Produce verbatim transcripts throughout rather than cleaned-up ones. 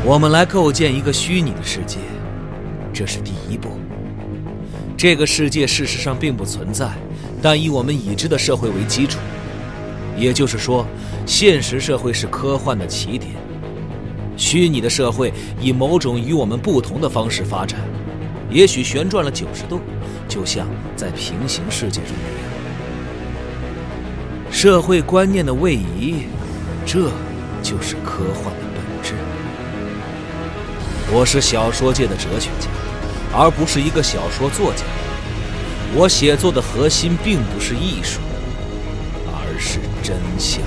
我们来构建一个虚拟的世界，这是第一步。这个世界事实上并不存在，但以我们已知的社会为基础，也就是说，现实社会是科幻的起点，虚拟的社会以某种与我们不同的方式发展，也许旋转了九十度，就像在平行世界中那样。社会观念的位移，这就是科幻的本质。我是小说界的哲学家，而不是一个小说作家。我写作的核心并不是艺术，而是真相。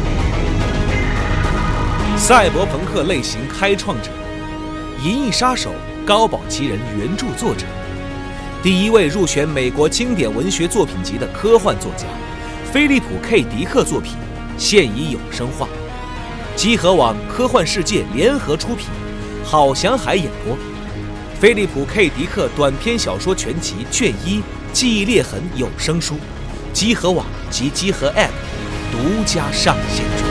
赛博朋克类型开创者，《银翼杀手》高保奇人原著作者，第一位入选美国经典文学作品集的科幻作家，菲利普 K 迪克作品现已永生化，集合网科幻世界联合出品，郝祥海演播。菲利普 K 迪克短篇小说全集卷一记忆裂痕有声书，集合网及集合 App 独家上线中。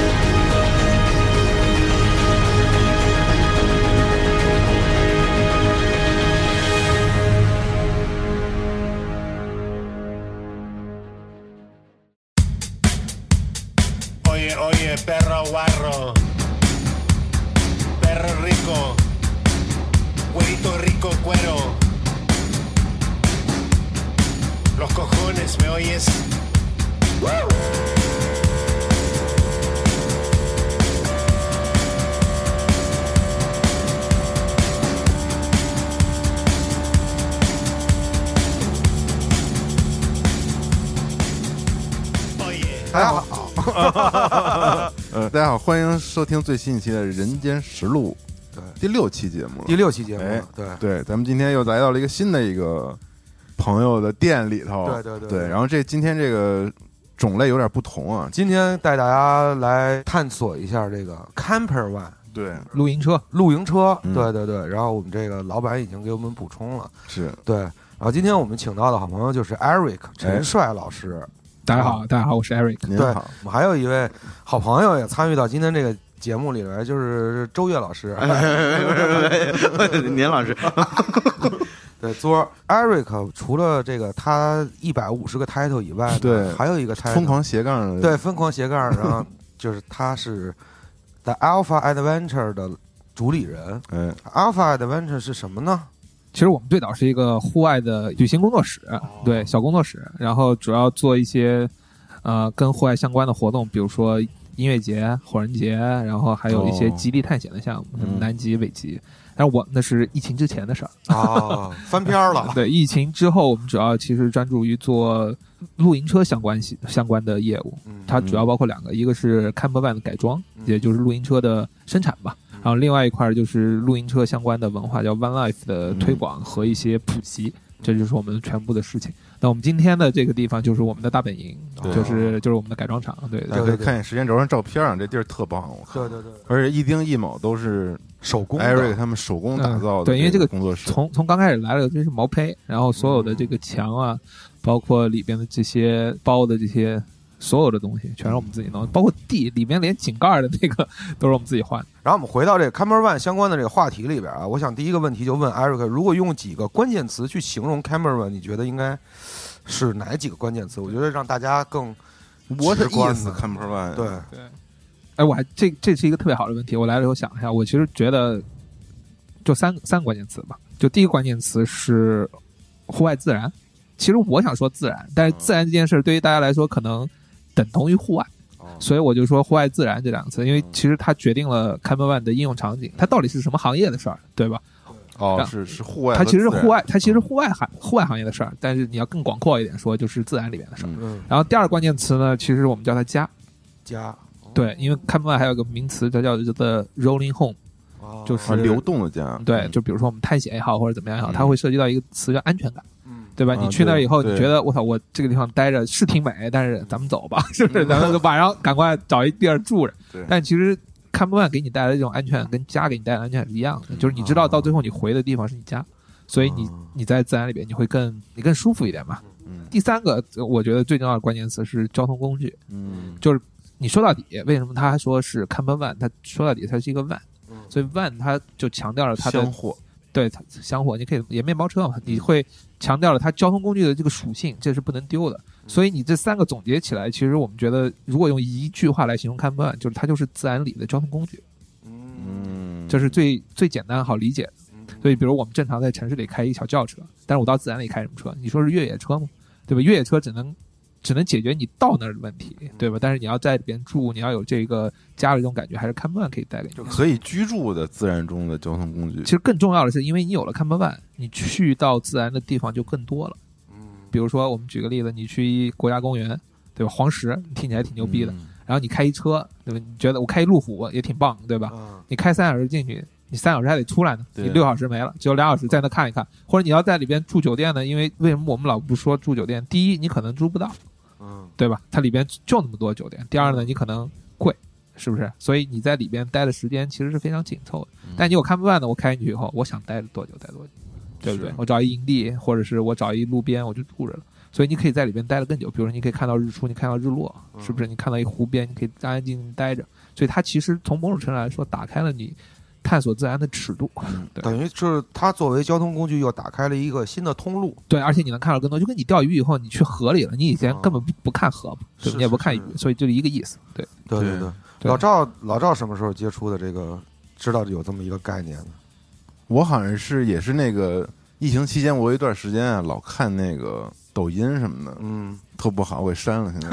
Oye, oye, perro guarro, perro rico, güerito rico cuero, los cojones, ¿me oyes? ¡Woo! Oye. 大家好，呃，大家好，欢迎收听最新一期的《人间实录》 对第六期节目了。 第六期节目， 哎， 对对，咱们今天又来到了一个新的一个朋友的店里头， 对对对对，然后这今天这个种类有点不同啊， 今天带大家来探索一下这个 Camper Van 对， 露营车， 露营车， 嗯对对对。然后我们这个老板已经给我们补充了， 是， 对。然后今天我们请到的好朋友就是 Eric 陈帅老师， 大家好，大家好，我是 Eric。 对您好， 我们还有一位好朋友也参与到今天这个节目里来，就是周越老师， 年老师， 对，昨儿 Eric 除了这个他一百五十个 title 以外呢， 对还有一个 title 疯狂斜杠的， 对，疯狂斜杠，然后就是他是 The Alpha Adventure 的主理人。 哎， Alpha Adventure 是什么呢？ 其实我们最早是一个户外的旅行工作室，对，小工作室，然后主要做一些呃跟户外相关的活动，比如说音乐节、火人节，然后还有一些极地探险的项目，什么南极、北极。但是我那是疫情之前的事儿哦，翻篇了。 对，疫情之后，我们主要其实专注于做露营车相关系相关的业务。 嗯它主要包括两个，一个是 Campervan 的改装， 嗯也就是露营车的生产吧。然后另外一块就是露营车相关的文化，叫 Van Life 的推广和一些普及，这就是我们全部的事情。那我们今天的这个地方就是我们的大本营， 对就是就是我们的改装厂。对， 大家可以看见时间轴上照片啊，这地儿特棒，我看， 对对对， 而且一丁一卯都是手工的 Eric 他们手工打造的， 嗯对，因为这个工作室从从刚开始来了就是毛坯，然后所有的这个墙啊，包括里边的这些包的这些所有的东西，全是我们自己弄，包括地里面连井盖的那个都是我们自己换的。 然后我们回到这个 Campervan 相关的这个话题里边啊，我想第一个问题就问 Eric， 如果用几个关键词去形容 Campervan， 你觉得应该是哪几个关键词？我觉得让大家更我的直观意思 Campervan 对对，哎，我还这这是一个特别好的问题。我来了以后想一下，我其实觉得就三三个关键词吧。就第一个关键词是户外自然。其实我想说自然，但是自然这件事对于大家来说可能等同于户外，所以我就说户外自然这两个词，因为其实它决定了 Campervan 的应用场景，它到底是什么行业的事儿，对吧？ 哦，是是户外， 它其实是户外，它其实户外行户外行业的事儿，但是你要更广阔一点说，就是自然里面的事儿。 嗯， 然后第二个关键词呢，其实我们叫它家。 家对，因为 Campervan 还有个名词，它叫做 the rolling home， 哦就是啊流动的家， 对，就比如说我们探险也好，或者怎么样也好， 嗯它会涉及到一个词叫安全感， 嗯， 对吧？ 啊你去那儿以后， 对你觉得我操，我这个地方待着是挺美，但是咱们走吧，是不是？咱们晚上赶快找一地儿住着。 对， 但其实 Campervan 给你带来的这种安全感，跟家给你带来的安全感是一样的，就是你知道到最后你回的地方是你家，所以你你在自然里边你会更你更舒服一点嘛。 嗯第三个，我觉得最重要的关键词是交通工具， 嗯， 就是你说到底，为什么他说是 Campervan？他说到底它是一个 van， 所以 van 它就强调了它的箱货， 对它箱货，你可以也面包车嘛，你会强调了它交通工具的这个属性，这是不能丢的。所以你这三个总结起来，其实我们觉得，如果用一句话来形容 Camper Van， 就是它就是自然里的交通工具。 嗯， 这是最最简单好理解的。所以，比如我们正常在城市里开一小轿车，但是我到自然里开什么车？你说是越野车吗？对吧？越野车只能只能解决你到那儿的问题，对吧？但是你要在里边住，你要有这个家的这种感觉，还是 Camper Van 可以带给你， 就可以居住的自然中的交通工具。 其实更重要的是，因为你有了 Camper Van， 你去到自然的地方就更多了。比如说，我们举个例子，你去一国家公园，对吧？黄石听起来挺牛逼的， 嗯、 然后你开一车，对吧？你觉得我开一路虎也挺棒，对吧？ 嗯、 你开三小时进去，你三小时还得出来呢，你六小时没了，只有俩小时在那看一看，或者你要在里边住酒店呢？因为为什么我们老不说住酒店？第一，你可能住不到， 嗯， 对吧？它里边就那么多酒店。第二呢，你可能贵，是不是？所以你在里边待的时间其实是非常紧凑的。嗯、但你有看不惯的，我开进去以后，我想待多久待多久。对不对？我找一营地，或者是我找一路边，我就住着了。所以你可以在里边待得更久。比如说，你可以看到日出，你看到日落，是不是？你看到一湖边，你可以安安静静待着。所以它其实从某种程度来说，打开了你探索自然的尺度。对， 等于是它作为交通工具，又打开了一个新的通路。 对，而且你能看到更多。就跟你钓鱼以后，你去河里了，你以前根本不不看河，对，你也不看鱼，所以就一个意思。对， 对对对。老赵，老赵什么时候接触的这个？知道有这么一个概念呢？ 我好像是也是那个疫情期间，我有一段时间啊，老看那个抖音什么的，嗯，特不好，我给删了现在。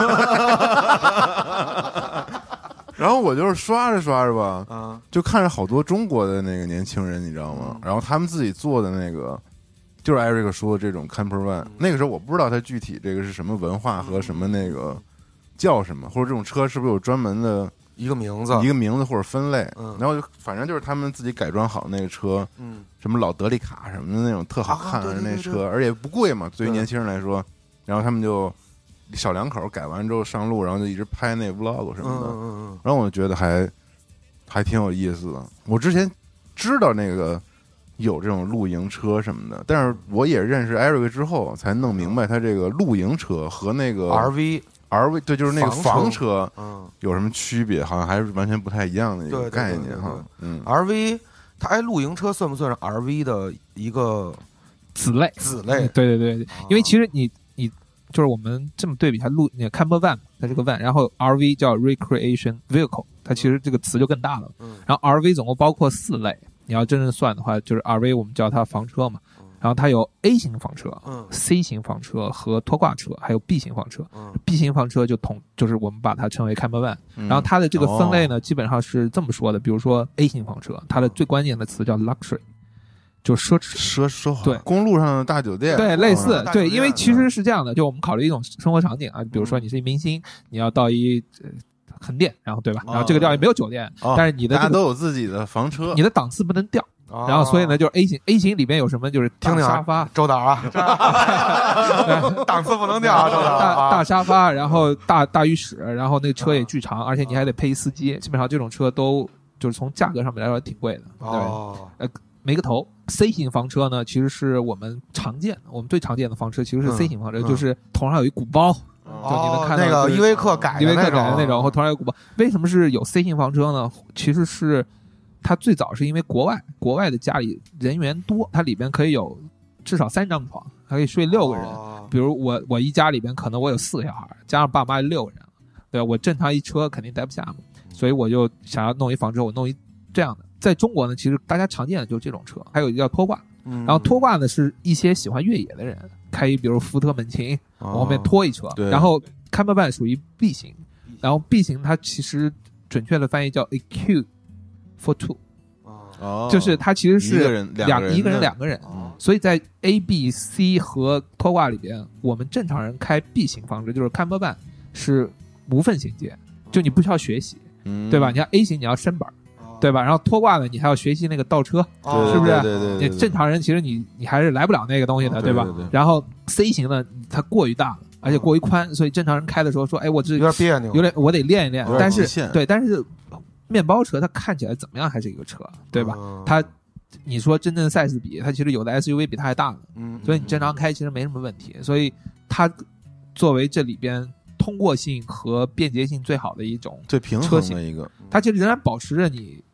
然后我就是刷着刷着吧，嗯，就看着好多中国的那个年轻人，你知道吗？嗯、然后他们自己做的那个，就是艾瑞克说的这种 Camper Van、嗯。那个时候我不知道它具体这个是什么文化和什么那个叫什么，或者这种车是不是有专门的。 一个名字， 一个名字或者分类， 嗯， 然后就反正就是他们自己改装好那个车， 嗯， 什么老德利卡什么的那种特好看的那车， 啊、对对对对而且不贵嘛，对于年轻人来说，然后他们就小两口改完之后上路，然后就一直拍那 vlog 什么的， 嗯嗯嗯， 然后我觉得还还挺有意思的。我之前知道那个有这种露营车什么的，但是我也认识 Eric 之后才弄明白他这个露营车和那个 R V。 R V 对，就是那个房车，嗯， 有什么区别？好像还是完全不太一样的一个概念哈。嗯 ，R V 它哎，露营车算不算是 R V 的一个子类？ 子类， 对对对，因为其实你你就是我们这么对比一下，露那 Camper Van 它这个 van， 然后 R V 叫 Recreation Vehicle， 它其实这个词就更大了。 嗯， 然后 R V 总共包括四类，你要真正算的话，就是 R V 我们叫它房车嘛。然后它有 A 型房车、 嗯、 C 型房车和拖挂车，还有 B 型房车。 嗯、 B 型房车就统就是我们把它称为 Camper Van、 嗯。 然后它的这个分类呢， 哦、 基本上是这么说的，比如说 A 型房车，它的最关键的词叫 luxury， 就奢侈、 奢奢华。 对， 公路上的大酒店。 对，类似、 哦、 对，因为其实是这样的，就我们考虑一种生活场景啊，比如说你是一明星，你要到一。呃横店，然后对吧？然后这个地方也没有酒店， 哦、 但是你的、这个、 大家都有自己的房车， 你的档次不能掉。 哦、 然后所以呢，就是 A 型 A 型里边有什么？就是大沙发， 周导啊，档次不能掉啊，周导、 大大沙发，然后大大浴室，然后那个车也巨长，而且你还得配一司机。基本上这种车都就是从价格上面来说挺贵的，对， 哦， 呃，没个头。C 型房车呢，其实是我们常见的，我们最常见的房车其实是 C 型房车， 嗯、 就是头上有一鼓包。 哦， 就你能看到、 那个依维柯改的依维柯改的那种， 或头上有鼓包。为什么是有 C 型房车呢？其实是它最早是因为国外国外的家里人员多，它里边可以有至少三张床，还可以睡六个人。 哦、 比如我我一家里边可能我有四个小孩，加上爸妈六个人，对吧？我正常一车肯定待不下嘛，所以我就想要弄一房车，我弄一这样的。在中国呢，其实大家常见的就是这种车，还有一个叫拖挂。 嗯、 然后拖挂呢是一些喜欢越野的人开一，比如福特猛禽往后面拖一车， 哦、 然后 Camper Van 属于 B 型，然后 B 型它其实准确的翻译叫 Equipped for two， 哦， 就是它其实是一个人两个人一个人两个人， 哦、 所以在 A、B、C 和拖挂里边，我们正常人开 B 型房车就是 Camper Van 是无缝衔接，就你不需要学习， 嗯、 对吧？你像 A 型你要升本。对吧？然后拖挂呢，你还要学习那个倒车， 哦、 是不是？ 对对 对, 对, 对, 对，正常人其实你你还是来不了那个东西的， 哦、 对吧？ 对对对然后 C 型呢，它过于大了，而且过于宽，所以正常人开的时候说，哎，我这有点别扭， 有点我得练一练。但是对，但是面包车它看起来怎么样还是一个车，对吧？ 嗯、 它你说真正 size 比，它其实有的 S U V 比它还大呢， 嗯， 所以你正常开其实没什么问题。所以它作为这里边通过性和便捷性最好的一种最平衡的一个， 它其实仍然保持着你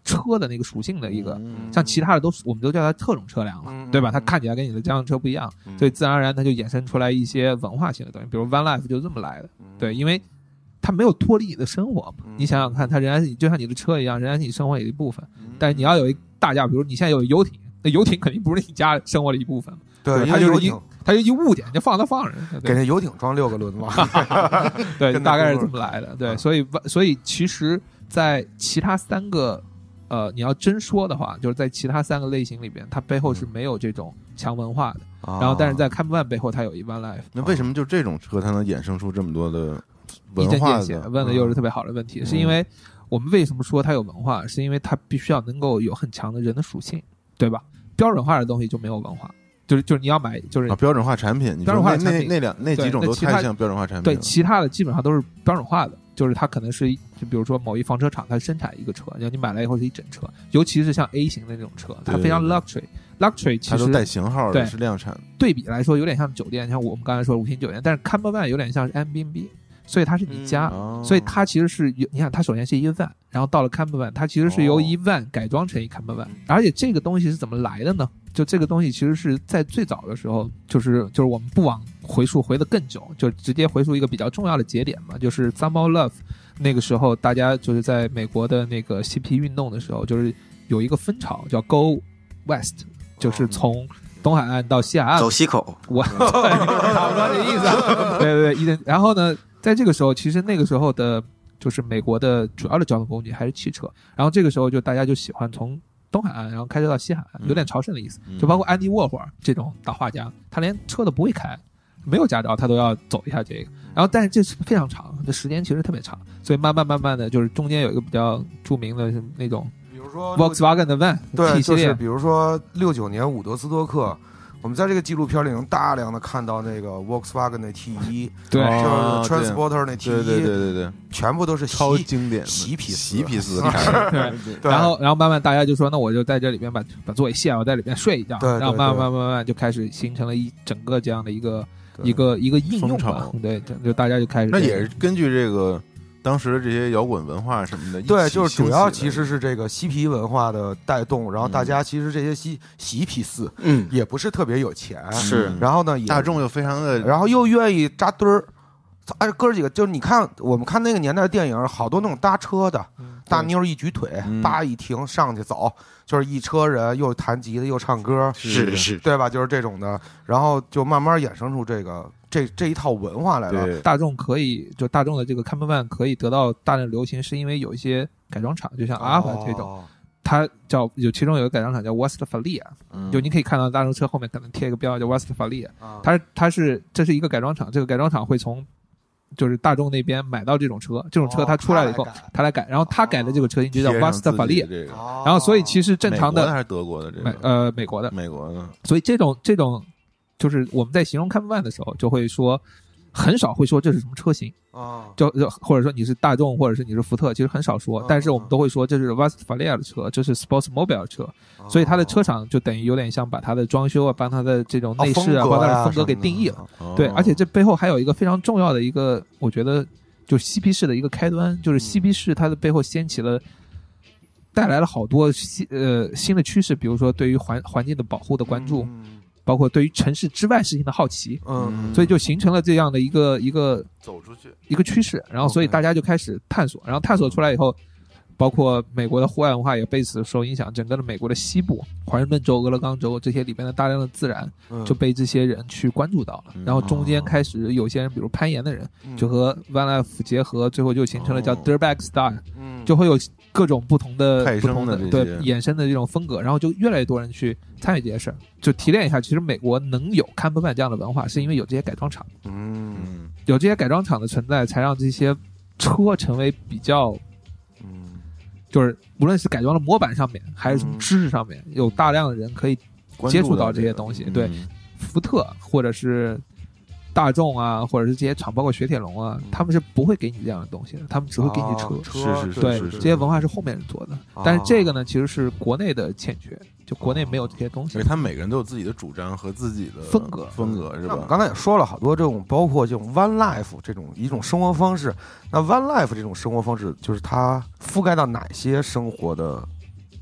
车的那个属性的一个， 嗯像其他的都是我们都叫它特种车辆了， 嗯对吧？ 嗯它看起来跟你的家用车不一样， 嗯所以自然而然它就衍生出来一些文化性的东西，比如 Van Life 就是这么来的，对，因为它没有脱离你的生活嘛， 嗯你想想看，它仍然是就像你的车一样，仍然是你生活里的一部分，但是你要有一大架，比如你现在有游艇，那游艇肯定不是你家生活的一部分， 对， 它就是一游艇它就一物件，就放它放着， 给那游艇装六个轮子嘛， 对， 跟那大概是轱辘这么来的。对， 嗯所以所以其实，在其他三个呃，你要真说的话，就是在其他三个类型里边，它背后是没有这种强文化的。 啊然后，但是在 Camper Van 背后，它有一 Van Life。 那为什么就这种车它能衍生出这么多的一针文化见血， 的？ 问的又是特别好的问题， 嗯是因为我们为什么说它有文化，是因为它必须要能够有很强的人的属性，对吧？标准化的东西就没有文化。就是就是你要买就是啊，标准化产品，你说标准化那那产品那两那几种都对那其他太像标准化产品对了。 其他的基本上都是标准化的，就是它可能是就比如说某一房车厂它生产一个车，然后你买来以后是一整车，尤其是像 A 型的那种车，它非常 luxury luxury 其它都带实型号的， 对是量产的。 对比来说有点像酒店，像我们刚才说的五星酒店，但是 Camper Van 有点像是 Airbnb，所以它是你家。 哦所以它其实是有，你看，它首先是一个 van，然后到了 Camper Van，它其实是由一 van 改装成一 Camper Van，而且这个东西是怎么来的呢？就这个东西其实是在最早的时候，就是就是我们不往回溯回得更久，就直接回溯一个比较重要的节点嘛，就是 Summer Love 那个时候，大家就是在美国的那个嬉皮运动的时候，就是有一个风潮叫 Go West，就是从东海岸到西海岸走西口， 我对，差不多这意思。对对对，一定。然后呢，在这个时候，其实那个时候的，就是美国的主要的交通工具还是汽车。然后这个时候就大家就喜欢从东海岸，然后开车到西海岸，有点朝圣的意思。 嗯就包括安迪沃霍尔这种大画家，他连车都不会开，没有驾照，他都要走一下这个。然后，但是这是非常长，这时间其实特别长，所以慢慢慢慢的就是中间有一个比较著名的那种比如说 Volkswagen 的 Van 对， T 系列， 就是比如说六九年伍德斯托克，我们在这个纪录片里能大量的看到那个 Volkswagen 的 T 一， 对哦就是 Transporter 那 T 一， 对对对对对， 全部都是超嬉经典的嬉皮士嬉皮士开的。 对。 对然后，然后慢慢大家就说，那我就在这里边把把座位卸了，我在里边睡一觉。 对对然后慢慢对慢慢慢慢就开始形成了一整个这样的一个对一个一个应用吧风潮。 对，就就大家就开始那这样也是根据这个当时的这些摇滚文化什么的， 对，就是主要兴起的其实是这个嬉皮文化的带动，然后大家其实这些嬉嬉皮士嗯， 也不是特别有钱， 是然后呢也大众又非常的， 然后又愿意扎堆儿。哎，哥儿几个，就是你看，我们看那个年代的电影，好多那种搭车的，大妞儿一举腿， 嗯叭一停上去走，就是一车人又弹吉他又唱歌， 是是， 对吧？就是这种的，然后就慢慢衍生出这个这这一套文化来了。 对大众可以就大众的这个 Camper Van 可以得到大量流行，是因为有一些改装厂，就像阿尔法这种， 哦它叫有其中有一个改装厂叫 Westfalia， 嗯就你可以看到大众车后面可能贴一个标叫 Westfalia， 啊它是它是这是一个改装厂，这个改装厂会从就是大众那边买到这种车，这种车哦它出来了以后他来改， 它来改，然后它改的这个车型就叫贴上自己 Westfalia， 这个哦然后所以其实正常的美国还是德国的这美个呃美国的， 美国的， 所以这种这种就是我们在形容 Camper Van 的时候，就会说很少会说这是什么车型， 啊， 就就或者说你是大众或者是你是福特，其实很少说嗯， 但是我们都会说这是 Westfalia 的车，这是 Sportsmobile 的车， 哦所以它的车厂就等于有点像把它的装修啊，帮它的这种内饰啊，帮它的风格给定义了。 哦对，而且这背后还有一个非常重要的一个，我觉得就嬉皮士的一个开端，就是嬉皮士它的背后掀起了，带来了好多新呃新的趋势，比如说对于环环境的保护的关注， 嗯包括对于城市之外事情的好奇， 嗯， 所以就形成了这样的一个一个走出去， 一个趋势，然后所以 OK 大家就开始探索，然后探索出来以后。包括美国的户外文化也被此受影响，整个的美国的西部、华盛顿州、俄勒冈州这些里边的大量的自然嗯就被这些人去关注到了， 嗯然后中间开始有些人，比如攀岩的人， 嗯就和 Van Life 结合，最后就形成了叫哦 Dirtbag Style， 嗯就会有各种不同的派生不同的的这些对衍生的这种风格，然后就越来越多人去参与这些事儿。就提炼一下，其实美国能有 Camper Van 这样的文化，是因为有这些改装厂， 嗯嗯有这些改装厂的存在，才让这些车成为比较。 嗯就是无论是改装的模板上面，还是从嗯知识上面，有大量的人可以接触到这些东西。对， 嗯福特或者是大众啊，或者是这些厂，包括雪铁龙啊，他们是不会给你这样的东西的，他们只会给你车。 哦车是是对， 是这些文化是后面人做的， 哦但是这个呢，其实是国内的欠缺，就国内没有这些东西而且。他们每个人都有自己的主张和自己的风格风格是吧？ 那我们刚才也说了好多这种，包括这种 Van Life 这种一种生活方式。那 Van Life 这种生活方式，就是它覆盖到哪些生活的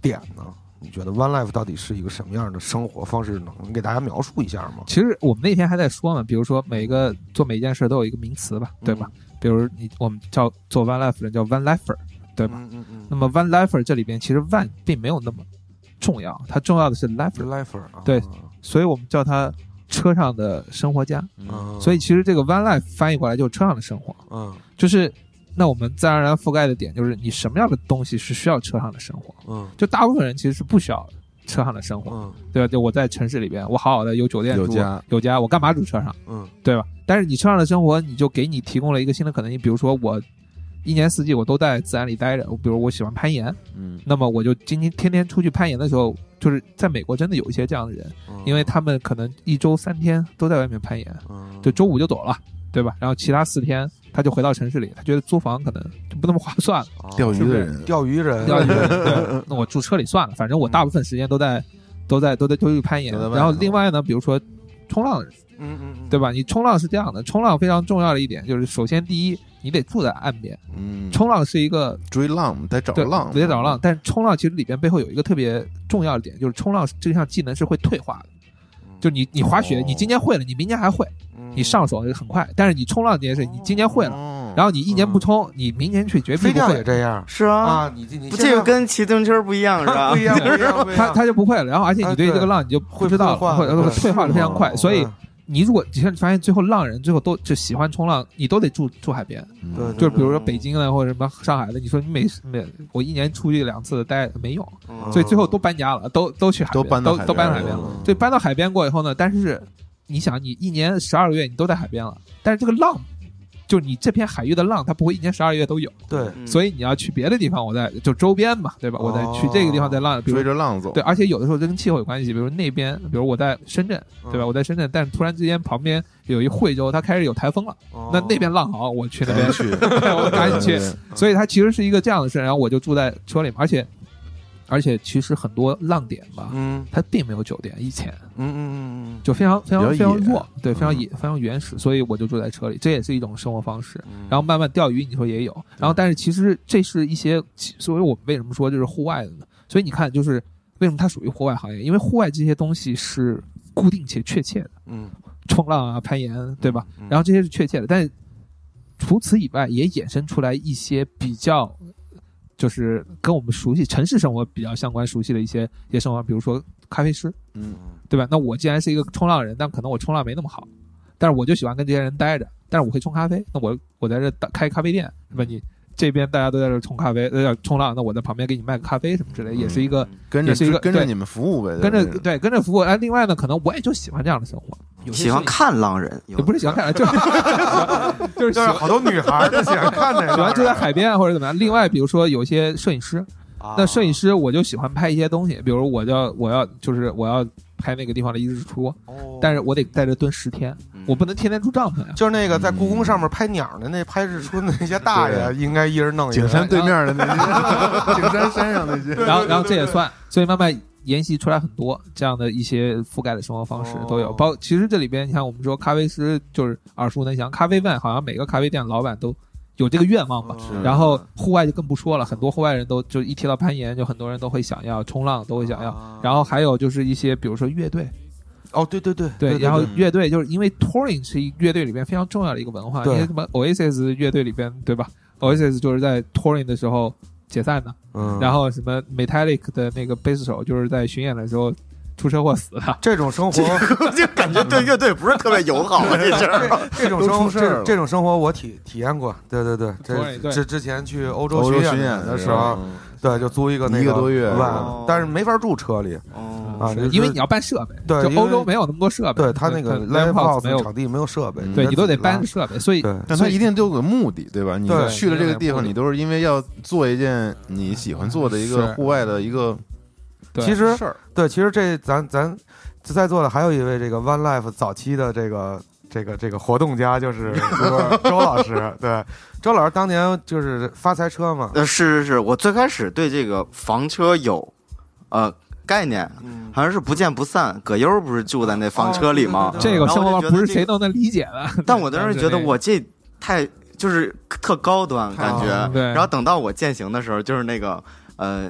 点呢？你觉得 One Life 到底是一个什么样的生活方式？能给大家描述一下吗？ 其实我们那天还在说嘛，比如说每个做每一件事都有一个名词吧，对吧？嗯、比如你我们叫做 One Life 的人叫 One Lifer， 对吧？嗯嗯嗯。那么 One Lifer 这里边其实 One 并没有那么重要，它重要的是 Lifer Lifer， 对，所以我们叫它车上的生活家。嗯。所以其实这个 One Life 翻译过来就是车上的生活。嗯。就是。那我们自然而然覆盖的点就是你什么样的东西是需要车上的生活，嗯，就大部分人其实是不需要车上的生活，嗯，对吧？就我在城市里边，我好好的有酒店住， 有家， 有家，我干嘛住车上，嗯，对吧？但是你车上的生活，你就给你提供了一个新的可能性，比如说我一年四季我都在自然里待着，比如我喜欢攀岩，嗯，那么我就今天天天出去攀岩的时候，就是在美国真的有一些这样的人，嗯、因为他们可能一周三天都在外面攀岩，嗯，就周五就走了。对吧？然后其他四天他就回到城市里，他觉得租房可能就不那么划算了。 钓鱼的人， 钓鱼人， 钓鱼人。对，那我住车里算了，反正我大部分时间都在，都在都在都去攀岩。然后另外呢，比如说冲浪的人，嗯嗯，对吧？你冲浪是这样的，冲浪非常重要的一点就是，首先第一，你得住在岸边。嗯，冲浪是一个追浪，得找浪， 得找浪。但是冲浪其实里边背后有一个特别重要的点，就是冲浪这项技能是会退化的。就你你滑雪，你今年会了，你明年还会，你上手很快。但是你冲浪这件事，你今年会了，然后你一年不冲，你明年去绝壁不会。 也这样， 是啊， 啊，你你这个跟骑自行车不一样是吧？ 不一样，不一样， 他他就不会了。然后而且你对这个浪你就不知道，会退化的非常快，所以。你如果你看发现最后浪人最后都就喜欢冲浪，你都得住住海边，对，就是比如说北京的或者什么上海的，你说你每每我一年出去两次待没用，所以最后都搬家了，都都去海边， 都搬到都都搬到海边了。所以搬到海边过以后呢，但是你想，你一年十二个月你都在海边了，但是这个浪。就你这片海域的浪，它不会一年十二月都有， 对， 所以你要去别的地方，我在就周边嘛，对吧？我在去这个地方再浪， 追着浪走， 对，而且有的时候这跟气候有关系，比如那边，比如我在深圳，对吧？我在深圳，但是突然之间旁边有一惠州，它开始有台风了，那那边浪好，我去那边去，我赶紧去，所以它其实是一个这样的事，然后我就住在车里面，而且。而且其实很多浪点吧，嗯，它并没有酒店，以前，嗯嗯嗯，就非常非常非常弱，对，非常野，非常原始，所以我就住在车里，这也是一种生活方式。然后慢慢钓鱼，你说也有，然后但是其实这是一些，所以我们为什么说就是户外的呢？所以你看，就是为什么它属于户外行业？因为户外这些东西是固定且确切的，嗯，冲浪啊、攀岩，对吧？然后这些是确切的，但是除此以外，也衍生出来一些比较。就是跟我们熟悉城市生活比较相关、熟悉的一些一些生活，比如说咖啡师，嗯，对吧？那我既然是一个冲浪人，但可能我冲浪没那么好，但是我就喜欢跟这些人待着，但是我会冲咖啡，那我我在这开咖啡店，对吧？你这边大家都在这冲咖啡，呃，冲浪，那我在旁边给你卖个咖啡什么之类，也是一个、嗯、 跟着也是一个跟着你们服务呗， 跟着对跟着服务。哎，另外呢，可能我也就喜欢这样的生活。 喜欢看浪人， 也不是喜欢看，就是就是就是好多女孩都喜欢看的， 喜欢就在海边或者怎么样。另外，比如说有些摄影师，那摄影师我就喜欢拍一些东西，比如我要我要就是我要拍那个地方的一日出，但是我得在这蹲十天，我不能天天住帐篷呀。 就是那个在故宫上面拍鸟的那拍日出的那些大爷，应该一人弄一个。 景山对面的那些，景山山上那些。 然后然后这也算，所以慢慢。沿袭出来很多这样的一些覆盖的生活方式都有，包其实这里边你看我们说咖啡师就是耳熟能详，咖啡饭好像每个咖啡店老板都有这个愿望吧。然后户外就更不说了，很多户外人都就一提到攀岩，就很多人都会想要冲浪，都会想要。然后还有就是一些比如说乐队。 哦，对对对对，然后乐队就是因为 touring 是一乐队里边非常重要的一个文化，因为什么 Oasis 乐队里边对吧 ？Oasis 就是在 touring 的时候。解散的，嗯，然后什么 Metallic 的那个贝斯手就是在巡演的时候出车祸死的。 这种生活就感觉对乐队不是特别友好啊，这事儿。 这种生活，这这种生活我体体验过。对对对，这之之前去欧洲巡演的时候，对，就租一个那个一个多月， 但是没法住车里。 啊，因为你要搬设备， 对， 就欧洲没有那么多设备， 对他那个 live house 没有场地，没有设备， 对你都得搬着设备，所以， 但他一定都有个目的，对吧？你去了这个地方，你都是因为要做一件你喜欢做的一个户外的一个其实事儿。对，其实这咱咱在座的还有一位这个 One Life 早期的这个这个这个活动家，就是周老师。对，周老师当年就是发财车嘛， 呃，是是是，我最开始对这个房车有呃。概念好像是不见不散，葛优不是住在那房车里吗？ 哦、这个生活不是谁都能理解的。 但我当时觉得我这太就是特高端感觉， 哦、对。 然后等到我践行的时候，就是那个呃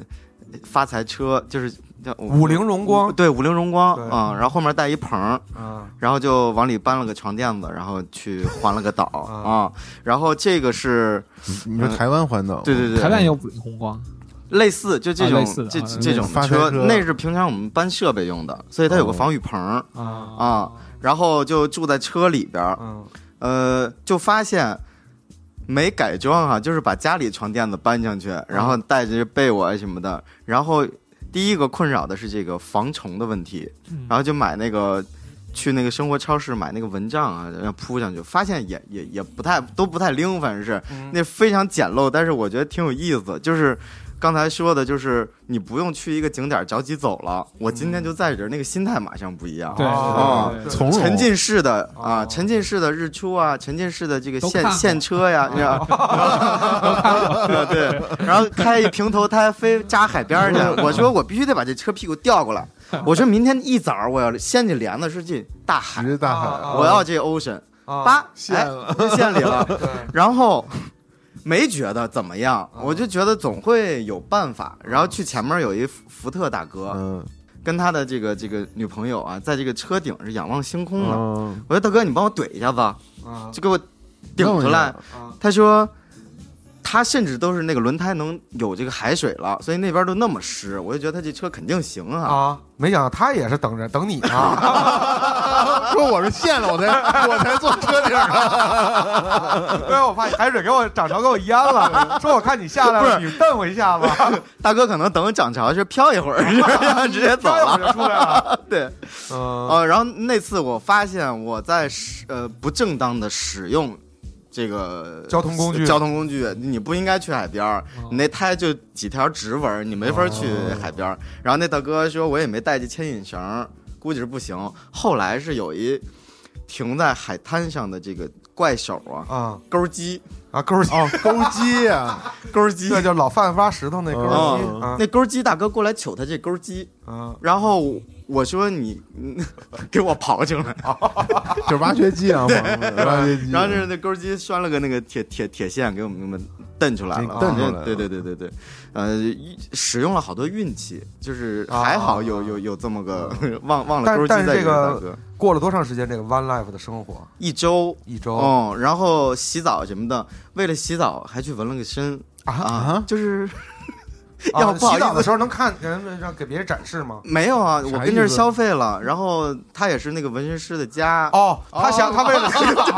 发财车，就是叫五菱荣光， 对，五菱荣光啊、 嗯，然后后面带一棚啊、嗯，然后就往里搬了个床垫子，然后去环了个岛啊、嗯，然后这个是你说台湾环岛、嗯， 对对对， 台湾有五菱宏光。 类似就这种、 啊、 这啊这种车，那是平常我们搬设备用的，所以它有个防雨棚啊、 哦、 啊，然后就住在车里边， 嗯， 呃，就发现没改装啊，就是把家里床垫子搬上去，然后带着被窝什么的，然后第一个困扰的是这个防虫的问题，然后就买那个去那个生活超市买那个蚊帐啊，然后铺上去，发现也也也不太都不太灵，反正是那非常简陋，但是我觉得挺有意思，就是刚才说的，就是你不用去一个景点着急走了，我今天就在这儿，那个心态马上不一样。 对啊， 从容沉浸式的啊，沉浸式的日出啊，沉浸式的这个现现车呀，你知道？对，然后开一平头胎飞扎海边去，我说我必须得把这车屁股调过来。我说明天一早我要掀起帘子是进大海， 直接大海， 我要这 ocean，叭陷了， 陷里了，然后。没觉得怎么样，我就觉得总会有办法。然后去前面有一福特大哥， 嗯， 跟他的这个这个女朋友啊，在这个车顶是仰望星空的。 嗯、 我说大哥，你帮我怼一下子， 嗯、 就给我顶出来。他说。他甚至都是那个轮胎能有这个海水了，所以那边都那么湿，我就觉得他这车肯定行啊！ 啊，没想到他也是等着等你啊！ 说我是陷了，我才我才坐车顶的， 对，我怕海水给我涨潮给我淹了。说我看你下来了，你蹬我一下子。 大哥可能等涨潮是飘一会儿，直接走了， 就出来了。 对， 嗯、 呃，然后那次我发现我在呃不正当的使用。这个交通工具， 交通工具，你不应该去海边儿，哦、你那胎就几条直纹，你没法去海边儿。哦、然后那大哥说，我也没带这牵引绳，估计是不行。后来是有一停在海滩上的这个怪手啊， 啊， 钩机啊，钩机， 哦，钩机呀， 钩机， 对，就老犯挖石头那钩机， 哦啊、那钩机大哥过来取他这钩机， 啊， 然后。我说你给我刨进来， 就是挖掘机啊，挖掘机。 然后就是那钩机拴了个那个铁铁铁线，给我们们蹬出来了， 蹬出来了。 对对对对对，呃，使用了好多运气，就是还好有有有这么个忘忘了钩机在这个。过了多长时间？这个 One Life 的生活一周一周， 嗯，然后洗澡什么的，为了洗澡还去纹了个身啊，就是。要不洗澡的时候能看人让给别人展示吗？ 没有啊，我跟这儿消费了，然后他也是那个纹身师的家哦，他想他为了洗澡，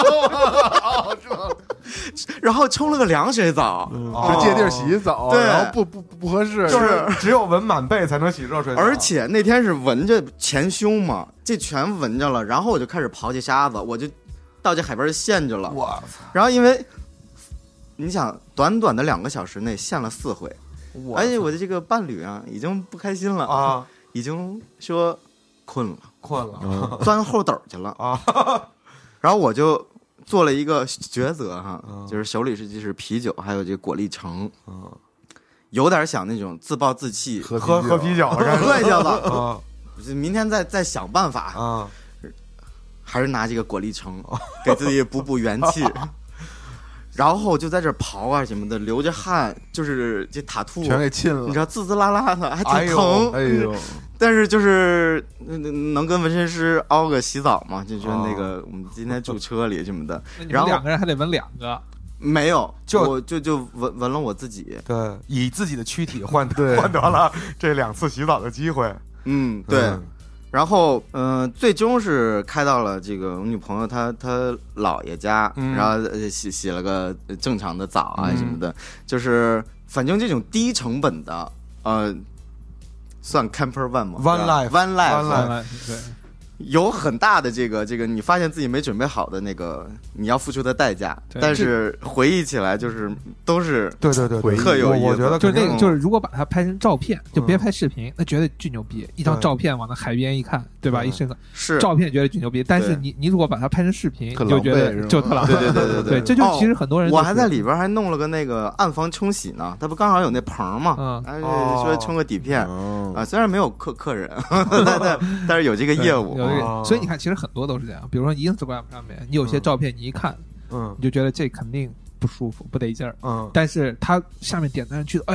然后冲了个凉水澡， 是借地洗澡， 对， 然后不不不合适， 就是只有纹满背才能洗热水澡， 而且那天是纹着前胸嘛，这全纹着了，然后我就开始刨这沙子，我就到这海边陷着了， 我操！ 然后因为你想，短短的两个小时内陷了四回。而且我的这个伴侣啊，已经不开心了啊， 已经说困了， 困了， 嗯、钻后斗去了啊。 然后我就做了一个抉择哈，嗯、就是手里是就是啤酒，还有这个果粒橙， 嗯、 有点想那种自暴自弃， 喝喝啤酒， 喝一下子啊。 明天再再想办法啊， 还是拿这个果粒橙给自己补补元气。然后就在这刨啊什么的，流着汗，就是这塔兔全给沁了， 你知道滋滋啦啦的，还挺疼。 哎呦，哎呦但是就是能跟纹身师凹个洗澡嘛，就说那个我们今天住车里什么的。然后两个人还得纹两个， 没有， 就我就就纹纹了我自己。 对，以自己的躯体换得换得了这两次洗澡的机会。 嗯，对。嗯然后，嗯、呃，最终是开到了这个我女朋友她她姥爷家， 嗯、 然后洗洗了个正常的澡啊什么的，嗯、就是反正这种低成本的，呃，算 camper van 吗 ？One life one life one life 对。 有很大的这个这个，你发现自己没准备好的那个你要付出的代价，但是回忆起来就是都是对对对特有意思。 我觉得就是那个就是如果把它拍成照片，就别拍视频，那绝对巨牛逼。一张照片往那海边一看，对吧？一身是照片觉得巨牛逼，但是你你如果把它拍成视频，你就觉得就特狼狈。 对对对对对，这就其实很多人我还在里边还弄了个那个暗房冲洗呢，它不刚好有那棚嘛， 嗯， 哎，说冲个底片啊，虽然没有客客人，但但但是有这个业务， 所以你看，其实很多都是这样。比如说 Instagram 上面，你有些照片你一看， 嗯， 你就觉得这肯定不舒服，不得劲儿， 嗯， 但是他下面点赞去，哎呦，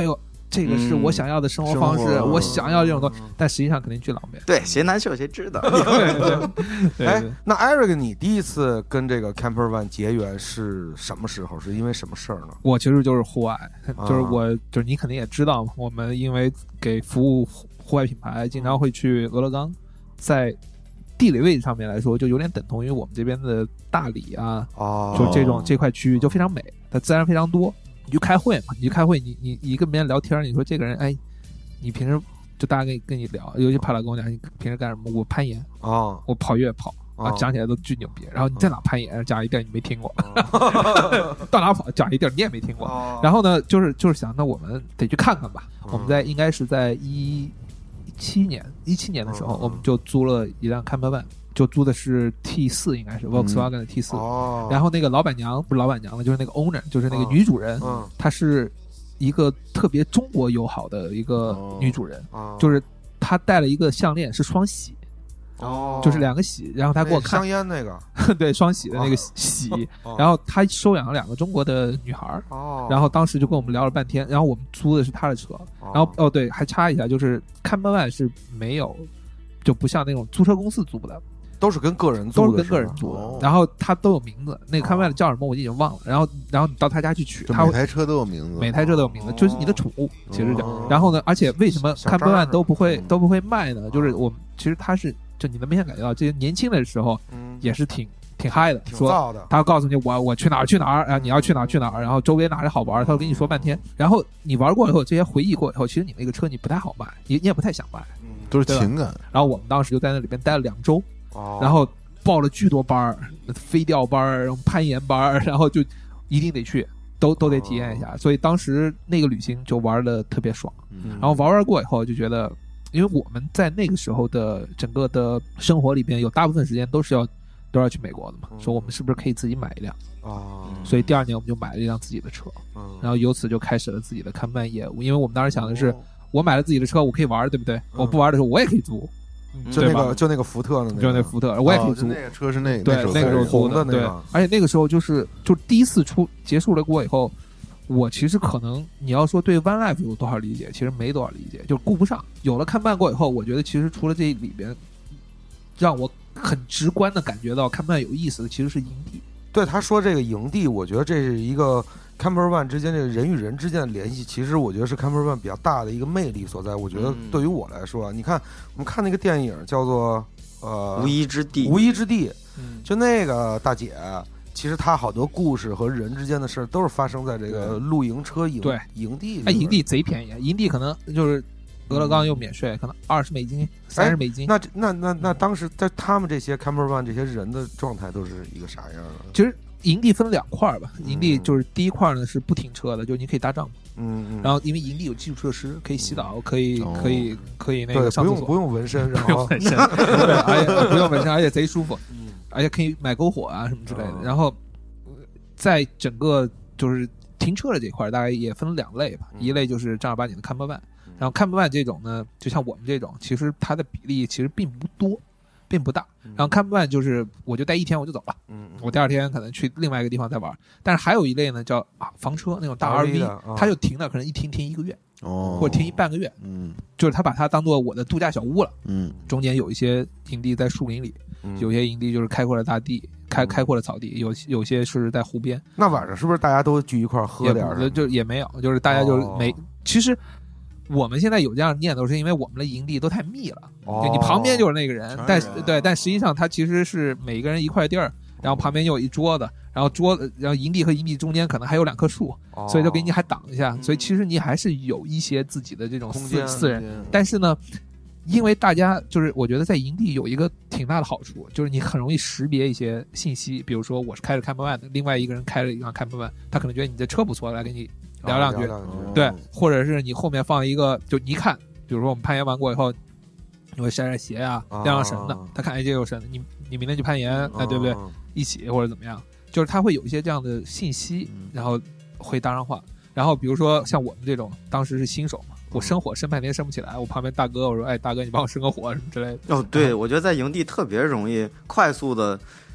这个是我想要的生活方式， 嗯、 我想要这种东西，但实际上肯定巨狼狈。 对，谁难受谁知道。 对对对。 哎，那 Eric， 你第一次跟这个 Camper Van 结缘是什么时候？是因为什么事儿呢？ 我其实就是户外，就是我就是你肯定也知道嘛，我们因为给服务户外品牌，经常会去俄勒冈，在地理位置上面来说，就有点等同于我们这边的大理啊， 哦， 就这种这块区域就非常美，它自然非常多。你就开会嘛，你就开会，你你你跟别人聊天，你说这个人，哎，你平时就大家跟跟你聊，尤其帕老跟我讲，你平时干什么？我攀岩啊、哦， 我跑越野跑啊，讲起来都巨牛逼。然后你在哪攀岩？讲一地儿你没听过， 哦、 到哪跑？讲一地儿你也没听过。 哦、 然后呢，就是就是想，那我们得去看看吧。嗯、我们在应该是在一七年一七年的时候，嗯、我们就租了一辆 Camper Van。就租的是 T 四，应该是 Volkswagen 的 T 四、嗯哦。然后那个老板娘不是老板娘了，就是那个 owner， 就是那个女主人， 嗯、 她是一个特别中国友好的一个女主人， 哦、 就是她戴了一个项链是双喜， 哦， 就是两个喜，然后她给我看香烟那个， 对，双喜的那个喜， 哦、 然后她收养了两个中国的女孩， 哦， 然后当时就跟我们聊了半天，然后我们租的是她的车，然后哦对，还插一下，就是 Camper Van 是没有，就不像那种租车公司租的。 都是跟个人租的， 都是跟个人租的，哦、然后他都有名字，那个看外的叫什么我已经忘了。然后，然后你到他家去取，他每台车都有名字， 每台车都有名字，哦、就是你的宠物，其实这样。哦、然后呢，而且为什么看波万都不会都不会卖呢？就是我们其实他是，就你能明显感觉到，这些年轻的时候也是挺挺嗨的，说他要告诉你我我去哪儿去哪儿，然后你要去哪儿去哪儿，然后周围哪里好玩，他会跟你说半天。然后你玩过以后，这些回忆过以后，其实你那个车你不太好卖，你你也不太想卖， 都是情感。 然后我们当时就在那里边待了两周，然后。报了巨多班儿，飞钓班儿，然后攀岩班儿，然后就一定得去，都都得体验一下。所以当时那个旅行就玩的特别爽。然后玩玩过以后就觉得，因为我们在那个时候的整个的生活里边，有大部分时间都是要都要去美国的嘛，说我们是不是可以自己买一辆啊？所以第二年我们就买了一辆自己的车，然后由此就开始了自己的看办业务。因为我们当时想的是，我买了自己的车，我可以玩，对不对？我不玩的时候我也可以租。 就那个就那个福特的那个， 就那福特，我也可以租。 那个车是那个对那个时候红的那个， 对，而且那个时候就是就第一次出结束了过以后，我其实可能你要说对 Van Life 有多少理解，其实没多少理解，就顾不上。有了看办过以后，我觉得其实除了这里边让我很直观的感觉到看办有意思的，其实是营地。 对，他说这个营地，我觉得这是一个 Camper Van 之间这个人与人之间的联系，其实我觉得是 Camper Van 比较大的一个魅力所在。我觉得对于我来说，嗯、你看我们看那个电影叫做呃 《无依之地》， 无依之地，嗯、就那个大姐，其实她好多故事和人之间的事都是发生在这个露营车营对营地。 哎，营地贼便宜，营地可能就是俄勒冈又免税，可能二十美金、三十美金。 那那那那当时在他们这些 Camper Van 这些人的状态都是一个啥样的？ 其实。营地分两块吧，营地就是第一块呢是不停车的，就是你可以搭帐篷， 嗯嗯， 然后因为营地有基础设施，可以洗澡，可以可以可以那个上厕所，不用不用纹身，然后不用纹身，对，而且不用纹身，而且贼舒服，嗯，而且可以买篝火啊什么之类的。然后在整个就是停车的这块，大概也分两类吧，一类就是正儿八经的 Camper Van，然后 Camper Van 这种呢，就像我们这种，其实它的比例其实并不多。并不大，然后 Camper Van 就是我就待一天我就走了，嗯，我第二天可能去另外一个地方再玩。但是还有一类呢叫啊房车那种大 R V， 它就停了，可能一停停一个月，哦，或者停一半个月，嗯，就是他把它当做我的度假小屋了，嗯，中间有一些营地在树林里，嗯、有些营地就是开阔的大地，开开阔的草地，有有些是在湖边。 那晚上是不是大家都聚一块喝点儿？ 就也没有，就是大家就没，哦、其实。我们现在有这样的念头，是因为我们的营地都太密了，哦、就你旁边就是那个人，但对，但实际上他其实是每个人一块地儿，然后旁边又有一桌子，然后桌子，然后营地和营地中间可能还有两棵树，哦、所以就给你还挡一下，所以其实你还是有一些自己的这种私私人，但是呢，因为大家就是我觉得在营地有一个挺大的好处，就是你很容易识别一些信息，比如说我是开着 Camper Van 的，另外一个人开了一辆 Camper Van， 他可能觉得你的车不错，来给你。聊两句，哦、对，或者是你后面放一个，就你一看，比如说我们攀岩完过以后，你会晒晒鞋啊，晾晾绳的，他看哎这有绳，你你明天去攀岩，哎对不对？一起或者怎么样，就是他会有一些这样的信息，然后会搭上话。然后比如说像我们这种，当时是新手嘛，我生火生半天生不起来，我旁边大哥我说，哎大哥你帮我生个火什么之类的。 哦，对，我觉得在营地特别容易快速的。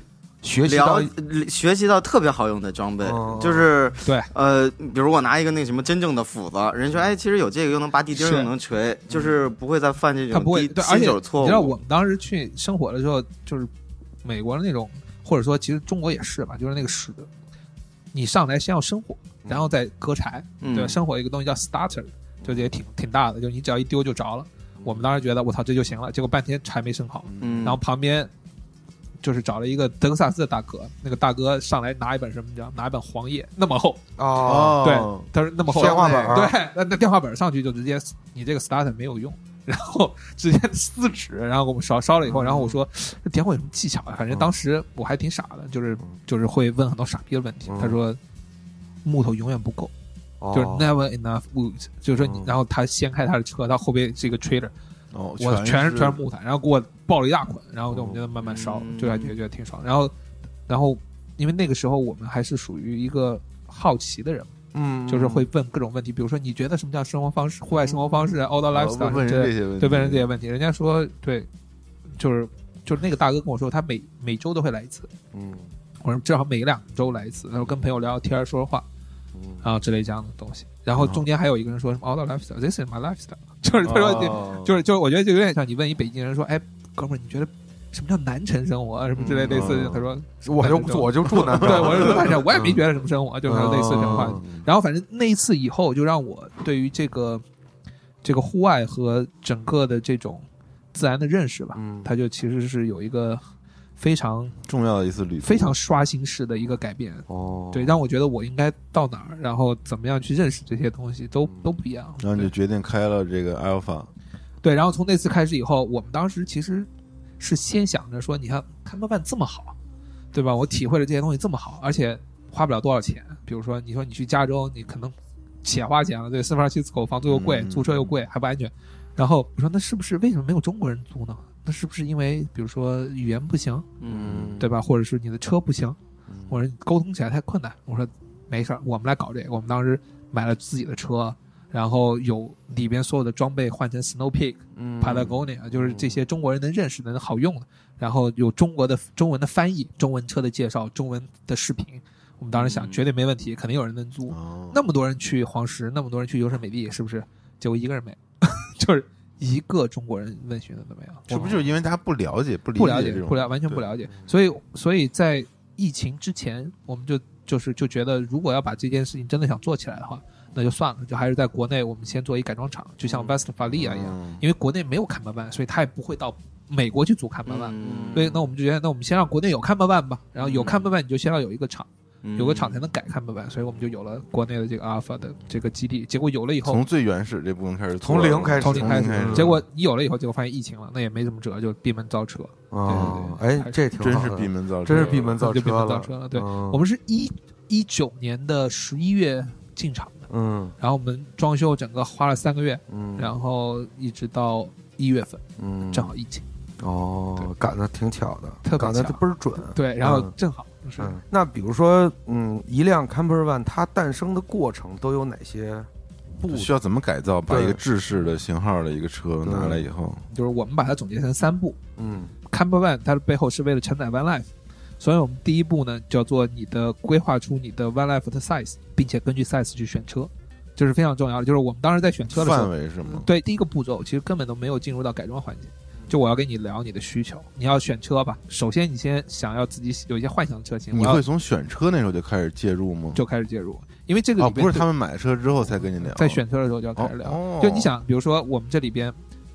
学习到了学习到特别好用的装备， 哦就是对， 呃，比如我拿一个那个什么真正的斧子，人说哎，其实有这个又能拔地钉是又能锤，就是不会再犯这种低他不会对，而且新手错误。 你知道我们当时去生活的时候，就是美国的那种，或者说其实中国也是吧，就是那个是你上来先要生火，然后再割柴， 嗯对吧？生火有一个东西叫 starter， 就也挺挺大的，就你只要一丢就着了。我们当时觉得我操这就行了，结果半天柴没生好， 嗯， 然后旁边就是找了一个德克萨斯的大哥，那个大哥上来拿一本什么，你知道，拿一本黄页那么厚， 哦， 对，他说那么厚电话本儿对，那那电话本上去就直接你这个 starter 没有用，然后直接撕纸，然后给我们烧烧了以后，然后我说这点火有什么技巧啊？反正当时我还挺傻的，就是就是会问很多傻逼的问题。他说木头永远不够，就是 never enough wood，就是说你，然后他掀开他的车，他后边是一个 trailer。 哦， 我全是是全是木材，然后给我抱了一大捆，然后我们就慢慢烧， 嗯就感觉觉得挺爽。然后，然后因为那个时候我们还是属于一个好奇的人， 嗯， 就是会问各种问题，比如说你觉得什么叫生活方式、户外生活方式、outdoor 哦 lifestyle， 问人这些问题， 对，问人这些问题。人家说对，就是就是那个大哥跟我说，他每每周都会来一次， 嗯我说至少每两周来一次，然后跟朋友聊聊天、说说话， 嗯然后之类这样的东西。然后中间还有一个人说什么 outdoor lifestyle，this is my lifestyle， 就是他说哦就是就是我觉得就有点像你问一北京人说，哎，哥们儿，你觉得什么叫南城生活啊？什么之类类似的， 嗯他说我就我就住南城， 对，我是说南城，我也没觉得什么生活，就是类似这种话题。 嗯然后反正那一次以后，就让我对于这个这个户外和整个的这种自然的认识吧， 嗯它就其实是有一个非常重要的一次旅途， 非常刷新式的一个改变。 哦， 对，让我觉得我应该到哪儿，然后怎么样去认识这些东西，都都不一样。 然后你就决定开了这个 Alpha， 对，然后从那次开始以后，我们当时其实是先想着说，你看看豆瓣这么好，对吧？我体会了这些东西这么好，而且花不了多少钱。比如说，你说你去加州，你可能且花钱了，对，三藩西斯口房租又贵， 嗯租车又贵，还不安全。然后我说，那是不是为什么没有中国人租呢？那是不是因为比如说语言不行， 嗯， 对吧？或者是你的车不行，或者你沟通起来太困难？我说没事儿，我们来搞这个。我们当时买了自己的车，然后有里边所有的装备换成 Snow Peak、 嗯 Patagonia，就是这些中国人能认识的、能好用的。然后有中国的中文的翻译、中文车的介绍、中文的视频。我们当时想，绝对没问题，肯定有人能租。 哦， 那么多人去黄石，那么多人去优胜美地，是不是？结果一个人没，就是一个中国人问询的都没有。 是不是就是因为大家不了解、不理不了解， 这种不了，完全不了解。所以，所以在疫情之前，我们就就是就觉得，如果要把这件事情真的想做起来的话，那就算了，就还是在国内，我们先做一改装厂，就像 Westfalia 一样， 嗯因为国内没有看板板，所以他也不会到美国去租看板板。 嗯所以，那我们就觉得，那我们先让国内有看板板吧，然后有看板板，你就先要有一个厂。 嗯有个厂才能改看板板，所以我们就有了国内的这个 Alpha 的这个基地。结果有了以后， 从最原始这部分开始做， 从零开始从零开始从零开，始结果你有了以后，结果发现疫情了，那也没怎么辙，就闭门造车。 哦， 对对对哎，这挺好的真是闭门造车， 真是闭门造就闭门车了， 造车了。对， 嗯我们是一一九年的十一月进场的， 嗯然后我们装修整个花了三个月， 嗯， 然后一直到一月份， 嗯正好疫情。 哦，赶的挺巧的， 特别赶的巧倍儿准。 对，然后嗯正好是嗯，那比如说，嗯，一辆 Camper Van 它诞生的过程都有哪些步需要怎么改造，把对一个制式的型号的一个车拿来以后， 就是我们把它总结成三步。 嗯 Camper Van 它的背后是为了承载 Van Life，所以我们第一步呢叫做你的规划出你的 Van Life 的 size， 并且根据 size 去选车，这是非常重要的。就是我们当时在选车的时候， 范围是吗？ 对，第一个步骤其实根本都没有进入到改装环节。就我要跟你聊你的需求，你要选车吧。首先，你先想要自己有一些幻想的车型，我要你会从选车那时候就开始介入吗？ 就开始介入，因为这个哦， 里边不是他们买车之后才跟你聊， 在选车的时候就要开始聊。 哦， 就你想，比如说我们这里边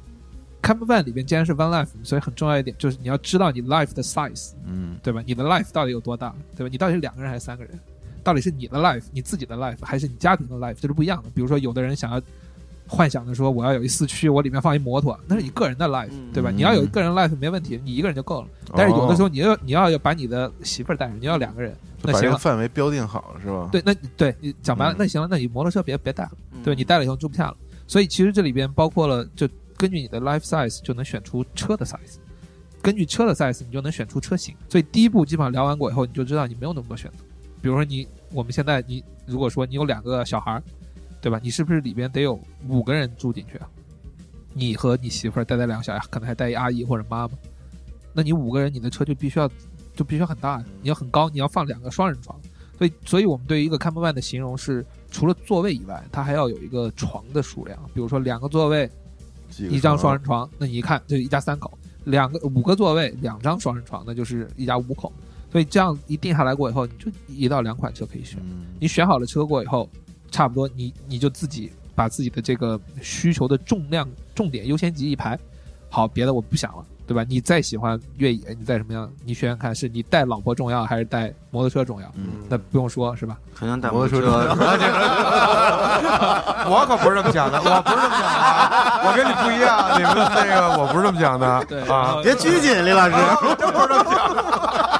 Camper Van 里边既然是 Van Life， 所以很重要一点就是你要知道你 life 的 size， 嗯， 对吧？你的 life 到底有多大，对吧？你到底是两个人还是三个人？到底是你的 life， 你自己的 life， 还是你家庭的 life？ 这是不一样的。比如说，有的人想要幻想的说，我要有一四驱，我里面放一摩托，那是你个人的 life，、 嗯对吧？你要有一个人 life 没问题，你一个人就够了。但是有的时候你要你要把你的媳妇儿带上，你要两个人， 就把这个那行了。 范围标定好了是吧？ 对，那对你讲白了， 嗯那行了，那你摩托车别别带了， 嗯对吧？你带了以后住不下了。所以其实这里边包括了，就根据你的 life size 就能选出车的 size， 根据车的 size 你就能选出车型。所以第一步基本上聊完过以后，你就知道你没有那么多选择。比如说你我们现在你如果说你有两个小孩，对吧？你是不是里边得有五个人住进去啊？你和你媳妇儿带带两个小孩，可能还带一阿姨或者妈妈，那你五个人，你的车就必须要就必须很大，你要很高，你要放两个双人床。所以，所以我们对于一个 camper van 的形容是，除了座位以外，它还要有一个床的数量。比如说两个座位，一张双人床，那你一看这一家三口；两个五个座位，两张双人床，那就是一家五口。所以这样一定下来过以后，你就一到两款车可以选。你选好了车过以后，差不多你你就自己把自己的这个需求的重量重点优先级一排，好，别的我不想了。对吧？你再喜欢越野，你再什么样？你选选看，是你带老婆重要，还是带摩托车重要？嗯，那不用说，是吧？ 肯定带摩托车。 我可不是这么想的，我不是这么想的，我跟你不一样，你们那个我不是这么想的。 对啊， 别拘谨，李老师， 我真不是这么想的。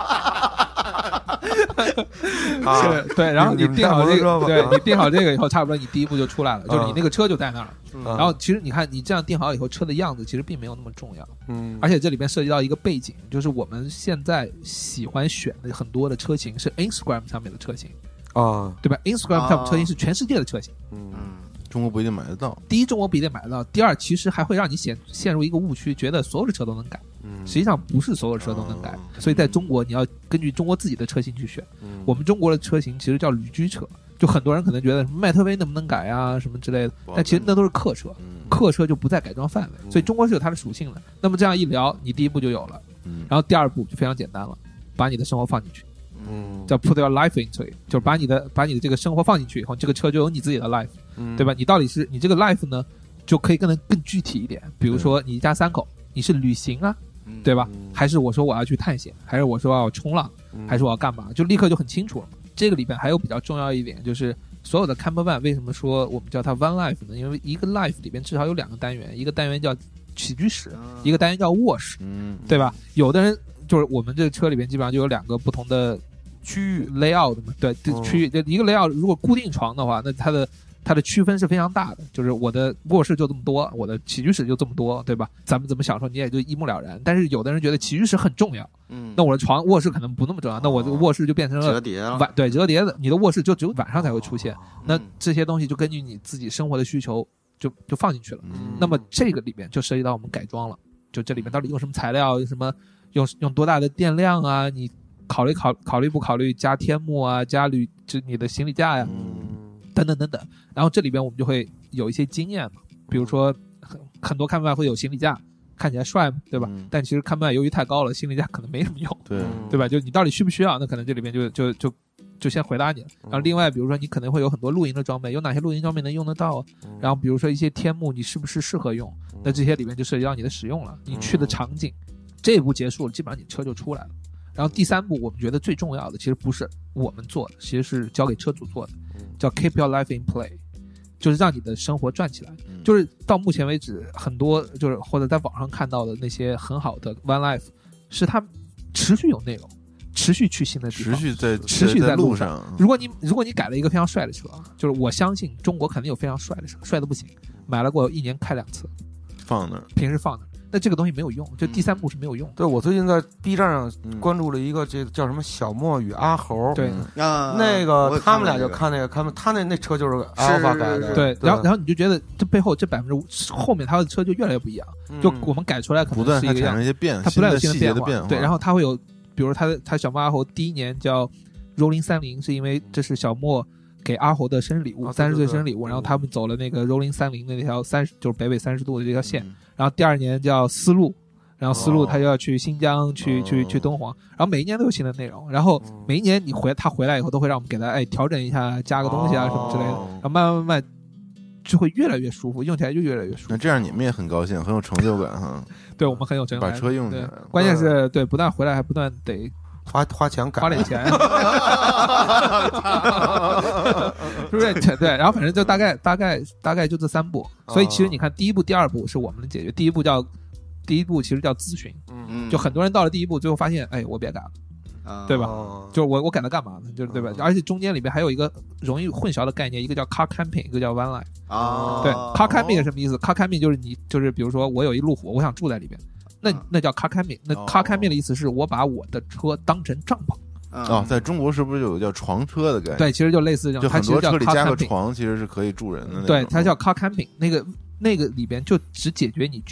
啊，对，然后你定好这个，对你定好这个以后，差不多你第一步就出来了，就是你那个车就在那儿了。然后其实你看，你这样定好以后，车的样子其实并没有那么重要。嗯，而且这里边涉及到一个背景，就是我们现在喜欢选的很多的车型是 Instagram 上面的车型啊，对吧 ？Instagram 上面车型是全世界的车型。嗯， 中国不一定买得到。 第一，中国不一定买得到；第二，其实还会让你陷陷入一个误区，觉得所有的车都能改。实际上不是所有车都能改，所以在中国你要根据中国自己的车型去选。我们中国的车型其实叫旅居车，就很多人可能觉得什么迈特威能不能改啊什么之类的，但其实那都是客车，客车就不在改装范围，所以中国是有它的属性的。那么这样一聊，你第一步就有了，然后第二步就非常简单了，把你的生活放进去，叫 put your life into it， 就是把你的把你的这个生活放进去以后，这个车就有你自己的 life， 对吧？你到底是你这个 life 呢，就可以更更具体一点，比如说你一家三口，你是旅行啊。对吧？还是我说我要去探险，还是我说我要冲浪，还是我要干嘛？就立刻就很清楚了。这个里边还有比较重要一点，就是所有的 camper van 为什么说我们叫它 van life 呢？因为一个 life 里边至少有两个单元，一个单元叫起居室，一个单元叫卧室，对吧？有的人就是我们这个车里边基本上就有两个不同的区域 layout 嘛，对，区域一个 layout 如果固定床的话，那它的它的区分是非常大的，就是我的卧室就这么多，我的起居室就这么多，对吧？咱们怎么享受你也就一目了然。但是有的人觉得起居室很重要，嗯，那我的床卧室可能不那么重要，那我这个卧室就变成了折叠了， 晚对折叠的，你的卧室就只有晚上才会出现。那这些东西就根据你自己生活的需求就就放进去了。那么这个里面就涉及到我们改装了，就这里面到底用什么材料，用什么用用多大的电量啊？你考虑考考虑不考虑加天幕啊，加铝就你的行李架呀？等等等等，然后这里边我们就会有一些经验嘛，比如说很很多camper van会有行李架，看起来帅嘛，对吧？嗯、但其实camper van由于太高了，行李架可能没什么用，对对吧？就你到底需不需要？那可能这里边就就就就先回答你了。然后另外，比如说你可能会有很多露营的装备，有哪些露营装备能用得到啊？然后比如说一些天幕，你是不是适合用？那这些里面就涉及到你的使用了，你去的场景。这一步结束了，基本上你车就出来了。然后第三步，我们觉得最重要的其实不是我们做的，其实是交给车主做的，叫 keep your life in play， 就是让你的生活转起来。就是到目前为止，很多就是或者在网上看到的那些很好的 van life， 是它持续有内容，持续去新的地方， 持续在持续在路上。 上如果你如果你改了一个非常帅的车，就是我相信中国肯定有非常帅的车，帅的不行，买了过一年开两次， 放那儿， 平时放那儿。那这个东西没有用，就第三步是没有用的。 对，我最近在 B 站上关注了一个这个叫什么小莫与阿猴， 对啊， 那个他们俩就看那个，他们他那那车就是阿尔法改的， 对，然后然后你就觉得这背后这百分之后面他的车就越来越不一样，就我们改出来可能是一个样， 一些变， 它不断有新的变化， 对，然后它会有，比如他的他小莫阿猴第一年叫 Rolling 三零，是因为这是小莫给阿猴的生日礼物，三十岁生日礼物，然后他们走了那个 Rolling 三零的那条三十就是北纬三十度的这条线，然后第二年叫丝路。然后丝路他就要去新疆，去去去敦煌，然后每一年都有新的内容，然后每一年你回他回来以后都会让我们给他哎调整一下，加个东西啊什么之类的，然后慢慢慢慢就会越来越舒服，用起来就越来越舒服。 那这样你们也很高兴，很有成就感哈。 对，我们很有成就感， 把车用起来。 关键是对，不但回来还不断得花花钱改， 花点钱，是不是？对，然后反正就大概大概大概就这三步，所以其实你看第一步、第二步是我们的解决，第一步叫。第一步其实叫咨询，嗯，就很多人到了第一步，最后发现，哎，我别改了，啊、对吧？就是我我改它干嘛呢？就是对吧？而且中间里面还有一个容易混淆的概念，一个叫 car camping， 一个叫 van life。啊，对 ，car camping 是什么意思 ？car camping 就是你就是比如说我有一路虎，我想住在里边，那那叫 car camping。那 car camping 的意思是我把我的车当成帐篷。 哦，在中国是不是有叫床车的概念？ 对，其实就类似这种， 就很多车里加个床，其实是可以住人的。 对，它叫 car camping， 那个那个里边就只解决你居住。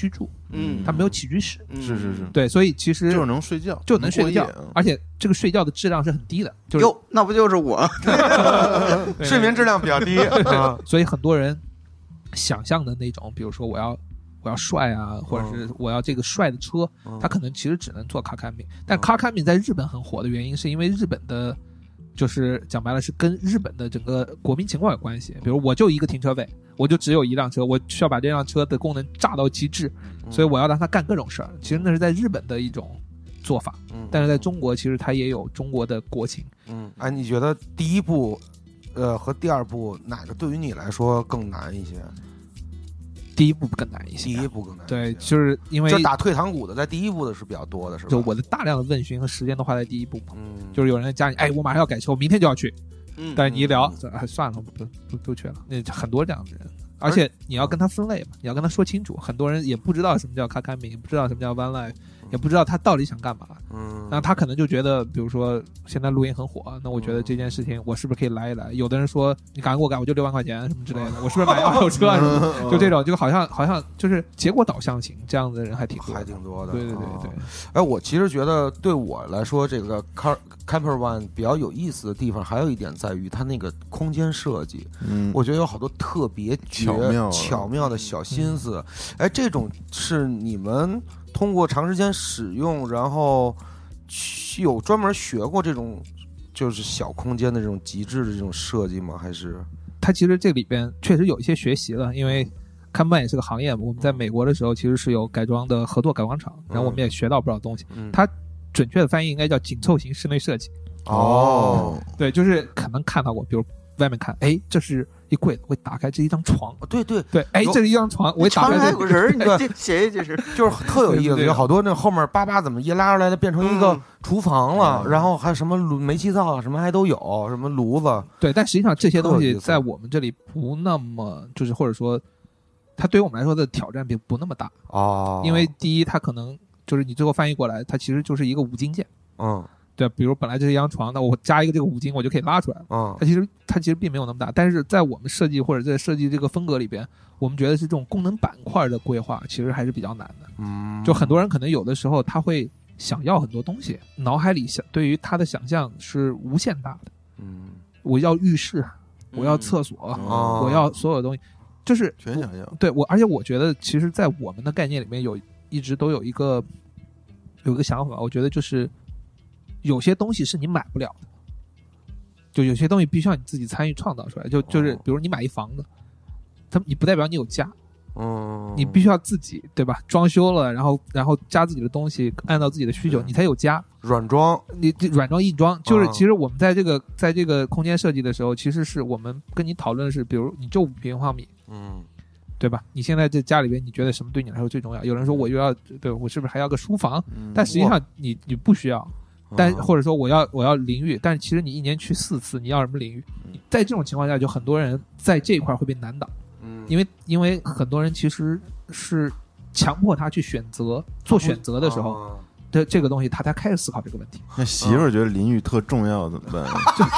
嗯， 它没有起居室， 嗯是是是， 对，所以其实就是能睡觉， 就能睡觉能过夜， 而且这个睡觉的质量是很低的，就是哟，那不就是我？ 睡眠质量比较低啊。 所以很多人想象的那种，比如说我要我要帅啊，或者是我要这个帅的车， 嗯他可能其实只能做 car camping。但 car camping 在日本很火的原因，是因为日本的，就是讲白了是跟日本的整个国民情况有关系。比如我就一个停车位，我就只有一辆车，我需要把这辆车的功能炸到极致，所以我要让它干各种事儿。其实那是在日本的一种做法，但是在中国其实它也有中国的国情。 嗯，哎，你觉得第一步，呃，和第二步哪个对于你来说更难一些？ 第一步更难一些， 第一步更难一些。 对，就是因为就打退堂鼓的，在第一步的是比较多的，是吧？ 就我的大量的问询和时间都花在第一步嘛。 嗯， 就是有人加你，哎，我马上要改车，我明天就要去。 嗯， 但是你一聊，哎，算了，不不不去了。那很多这样的人，而且你要跟他分类嘛，你要跟他说清楚。很多人也不知道什么叫 car camping，也不知道什么叫 van life，也不知道他到底想干嘛。 嗯， 那他可能就觉得，比如说现在露营很火，那我觉得这件事情我是不是可以来一来？有的人说你赶快给我改，我就六万块钱什么之类的，我是不是买二手车啊什么？就这种，就好像好像就是结果导向型这样的人还挺多， 还挺多的。 对对对对。 哎，我其实觉得对我来说，这个 car camper van 比较有意思的地方，还有一点在于它那个空间设计。 嗯， 我觉得有好多特别绝巧妙巧妙的小心思。哎，这种是你们通过长时间使用，然后有专门学过这种就是小空间的这种极致的这种设计吗？还是它其实这里边确实有一些学习了，因为看办也是个行业嘛。我们在美国的时候其实是有改装的合作改装厂，然后我们也学到不少东西。 嗯、 它准确的翻译应该叫紧凑型室内设计。 哦， 对，就是可能看到过，比如外面看，哎，这是一柜子，我打开这一张床， 对对对，哎，这是一张床，我一打开这有个人，你这谁这是？ 就是特有意思，有好多那后面叭叭怎么一拉出来的变成一个厨房了， 嗯、 然后还有什么炉煤气灶什么还都有，什么炉子。 对，但实际上这些东西在我们这里不那么，就是或者说，它对于我们来说的挑战并不那么大哦， 因为第一，它可能就是你最后翻译过来，它其实就是一个五金件， 嗯。 对，比如本来这是一张床，那我加一个这个五金，我就可以拉出来了。 嗯， 它其实它其实并没有那么大，但是在我们设计或者在设计这个风格里边，我们觉得是这种功能板块的规划，其实还是比较难的。 嗯， 就很多人可能有的时候他会想要很多东西，脑海里想对于他的想象是无限大的。 嗯， 我要浴室，我要厕所， 嗯、 我要所有东西，就是全想要。 对我，而且我觉得，其实，在我们的概念里面有一直都有一个有一个想法，我觉得就是。有些东西是你买不了的，就有些东西必须要你自己参与创造出来。就就是比如你买一房子，它你不代表你有家， 嗯， 你必须要自己对吧？装修了，然后然后加自己的东西，按照自己的需求，你才有家。 软装， 你软装硬装，就是其实我们在这个在这个空间设计的时候，其实是我们跟你讨论的是，比如你就五平方米， 嗯， 对吧？你现在这家里边，你觉得什么对你来说最重要？有人说我又要对我是不是还要个书房？ 嗯、 但实际上你你不需要。但或者说我要我要淋浴，但是其实你一年去四次，你要什么淋浴？在这种情况下，就很多人在这一块会被难倒， 嗯， 因为因为很多人其实是强迫他去选择做选择的时候的这个东西，他才开始思考这个问题。 那媳妇儿觉得淋浴特重要怎么办？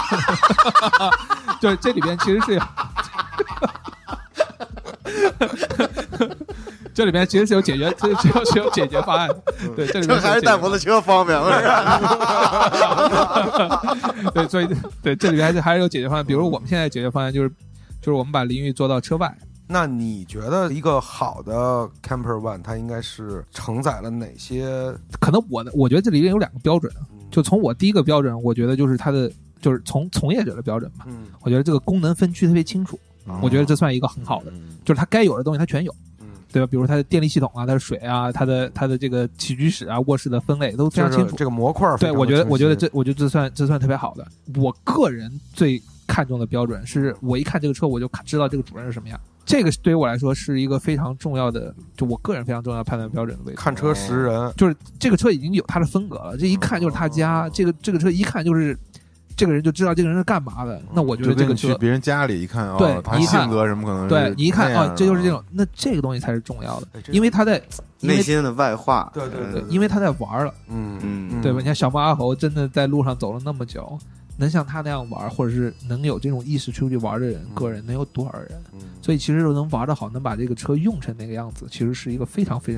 就这里边其实是。这里边其实是有解决，这是有是有解决方案。对，这里边这还是带摩托车方便了。 对，所以对这里边还是还是有解决方案。比如我们现在解决方案就是，就是我们把淋浴做到车外。 那你觉得一个好的 camper van 它应该是承载了哪些？ 可能我的我觉得这里边有两个标准，就从我第一个标准，我觉得就是它的就是从从业者的标准吧。 嗯， 我觉得这个功能分区特别清楚， 哦、 我觉得这算一个很好的，就是它该有的东西它全有。对吧？比如它的电力系统啊，它的水啊，它的它的这个起居室啊、卧室的分类都非常清楚。 这个模块， 对，我觉得我觉得这我觉得这算这算特别好的。我个人最看重的标准是我一看这个车我就知道这个主人是什么样。这个对于我来说是一个非常重要的，就我个人非常重要的判断标准的位置。 看车识人， 就是这个车已经有它的风格了，这一看就是他家，这个这个车一看就是。这个人就知道这个人是干嘛的，那我觉得这个车去别人家里一看， 对， 哦、他性格什么可能是对你一看哦，这就是这种，那这个东西才是重要的，因为他在内心的外化， 对对对， 因为他在玩了， 嗯嗯， 对吧？你看小猫阿猴真的在路上走了那么久，能像他那样玩，或者是能有这种意识出去玩的人，个人能有多少人？所以其实能玩得好，能把这个车用成那个样子，其实是一个非常非常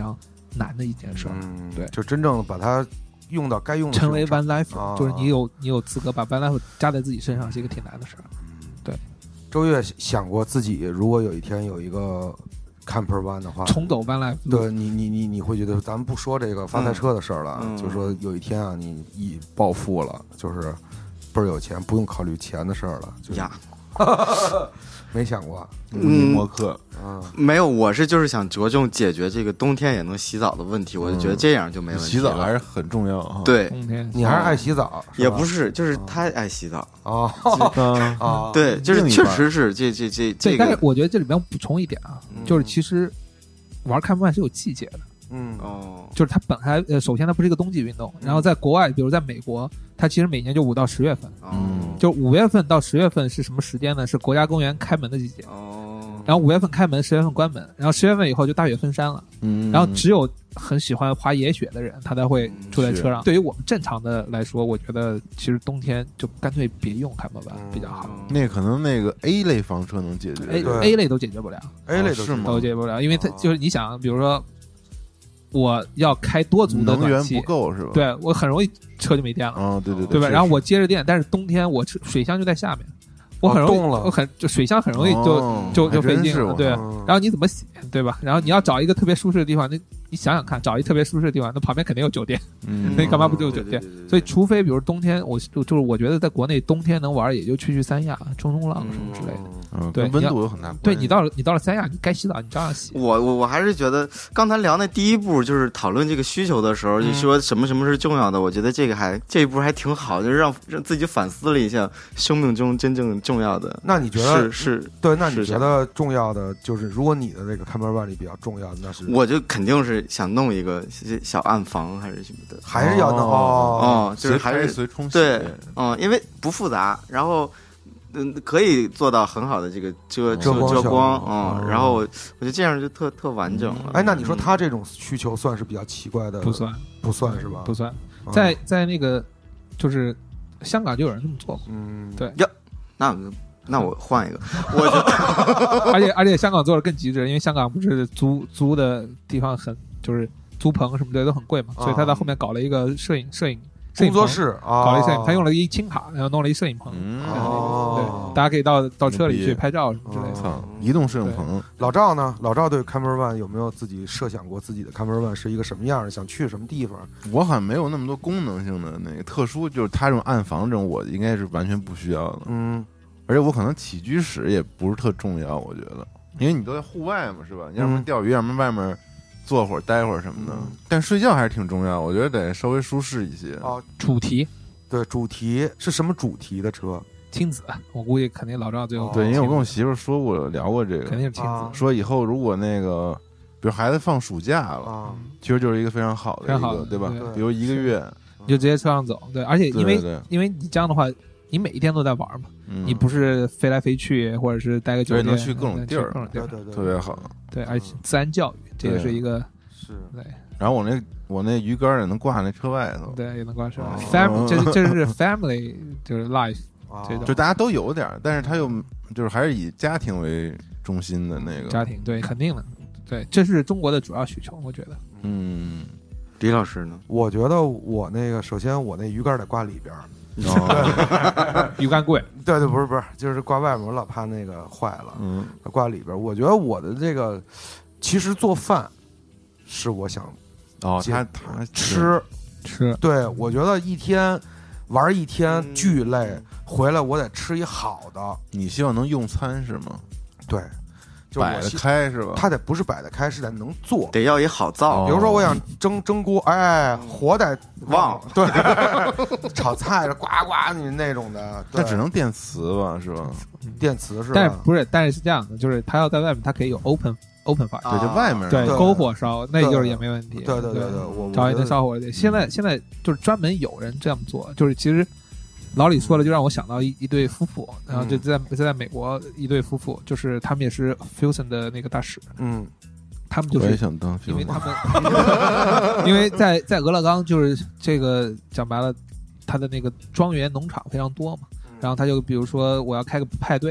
难的一件事儿。 嗯， 对， 就真正把它用到该用的， 成为 Van Life，、 啊、 就是你有你有资格把 Van Life 加在自己身上，是一个挺难的事儿。对， 周越想过自己如果有一天有一个 Camper Van 的话， 重走 Van Life， 对你你你你会觉得，咱们不说这个发财车的事儿了， 嗯、 就是说有一天啊，你一暴富了，就是倍儿有钱，不用考虑钱的事儿了，就是、 呀。 没想过， 嗯， 默克， 嗯， 没有，我是就是想着重解决这个冬天也能洗澡的问题，我就觉得这样就没问题、嗯。 洗澡还是很重要啊。 对， 冬天你还是爱洗澡， 也不是，就是他爱洗澡啊啊，对，就是确实是这这这这个。 但是我觉得这里面补充一点啊，嗯、就是其实玩看漫是有季节的。 嗯哦， 就是它本来呃，首先它不是一个冬季运动，然后在国外，比如在美国，它其实每年就五到十月份， 嗯， 就五月份到十月份是什么时间呢？是国家公园开门的季节。 哦， 然后五月份开门，十月份关门，然后十月份以后就大雪封山了。 嗯， 然后只有很喜欢滑野雪的人，他才会住在车上。对于我们正常的来说，我觉得其实冬天就干脆别用开门板比较好。 那可能那个 A 类房车能解决 ，A A 类都解决不了 ，A 类都是吗？ 都解决不了，因为它就是你想，比如说。我要开多足的能源不够是吧？ 对，我很容易车就没电了。 哦，对对对，对吧？然后我接着电，但是冬天我水箱就在下面，我很容易， 哦、 我很就水箱很容易就、哦、就就费劲了。对，然后你怎么洗，对吧？然后你要找一个特别舒适的地方，那你想想看，找一个特别舒适的地方，那旁边肯定有酒店， 嗯， 那你干嘛不就有酒店？ 对对对对对， 所以除非比如冬天，我就是我觉得在国内冬天能玩，也就去去三亚、冲冲浪什么之类的。 嗯， 对， 温度有很大关系。 对你到了你到了三亚，你该洗澡你照样洗。 我我我还是觉得刚才聊那第一步就是讨论这个需求的时候，就说什么什么是重要的。嗯、我觉得这个还这一步还挺好，就是让让自己反思了一下生命中真正重要的。 那你觉得是是对？那你觉得重要的就是，如果你的这个 Camper Van 里比较重要的，那是我就肯定是想弄一个小暗房还是什么的， 还是要弄哦，就是还是随冲洗对，嗯，因为不复杂，然后。嗯，可以做到很好的这个遮遮遮光，嗯，然后我觉得这样就特特完整了。 哎，那你说他这种需求算是比较奇怪的？ 不算， 不算是吧？ 不算，在在那个就是香港就有人这么做过， 嗯， 对呀，那那我换一个，我就而且而且香港做的更极致，因为香港不是租租的地方很就是租棚什么的都很贵嘛，所以他到后面搞了一个摄影摄影。 工作室啊， 搞了一摄影，他用了一轻卡，然后弄了一摄影棚， 嗯， 对，大家可以到到车里去拍照什么之类的。 移动摄影棚。 老赵呢？老赵对 Camper Van 有没有自己设想过自己的 Camper Van 是一个什么样的？想去什么地方？ 我好像没有那么多功能性的那个特殊，就是他这种暗房这种，我应该是完全不需要的。 嗯， 而且我可能起居室也不是特重要，我觉得，因为你都在户外嘛，是吧？你要么钓鱼，要么外面。坐会儿待会儿什么的，嗯、但睡觉还是挺重要，我觉得得稍微舒适一些。 哦， 主题， 对，主题是什么主题的车？ 亲子，我估计肯定老赵最后、 哦、对，因为我跟我媳妇说过聊过这个， 肯定是亲子、 啊。 说以后如果那个，比如孩子放暑假了，啊、其实就是一个非常好的一个，对吧？ 对比如一个月， 你就直接车上走，对，而且因为对对对因为你这样的话。你每一天都在玩嘛、 嗯， 你不是飞来飞去，或者是待个酒店， 能去各种地儿， 各种地儿， 对对对， 特别好。 对，而且自然教育，这也是一个是对。 然后我那我那鱼竿也能挂那车外头， 对，也能挂车外。Family，这这是 family， 就是 life，这种就大家都有点，但是他又就是还是以家庭为中心的那个家庭，对，肯定的，对，这是中国的主要需求，我觉得。 嗯， 李老师呢？ 我觉得我那个，首先我那鱼竿得挂里边。 哦， 鱼竿贵， 对对，不是不是，就是挂外面，我老怕那个坏了， 嗯， 挂里边。我觉得我的这个，其实做饭是我想哦，他他吃吃， 对我觉得一天玩一天巨累，回来我得吃一好的。 你希望能用餐是吗？ 对。就摆得开是吧？ 它得不是摆得开，是得能做， 得要一好灶。 比如说，我想蒸蒸锅，哎，火得旺， 对，炒菜呱呱你那种的， 那只能电磁吧，是吧？ 电磁是吧？ 但是不是？但是是这样的，就是它要在外面，它可以有 open open fire， 对，就外面对篝火烧，那就是也没问题。 对对对对，我找一个烧火的。现在现在就是专门有人这样做，就是其实。老李说了，就让我想到一一对夫妇，然后就在在在美国一对夫妇，就是他们也是 Fusion 的那个大使， 嗯， 他们就是我也想当 Fusion， 因为他们因为在在俄勒冈就是这个讲白了，他的那个庄园农场非常多嘛，然后他就比如说我要开个派对，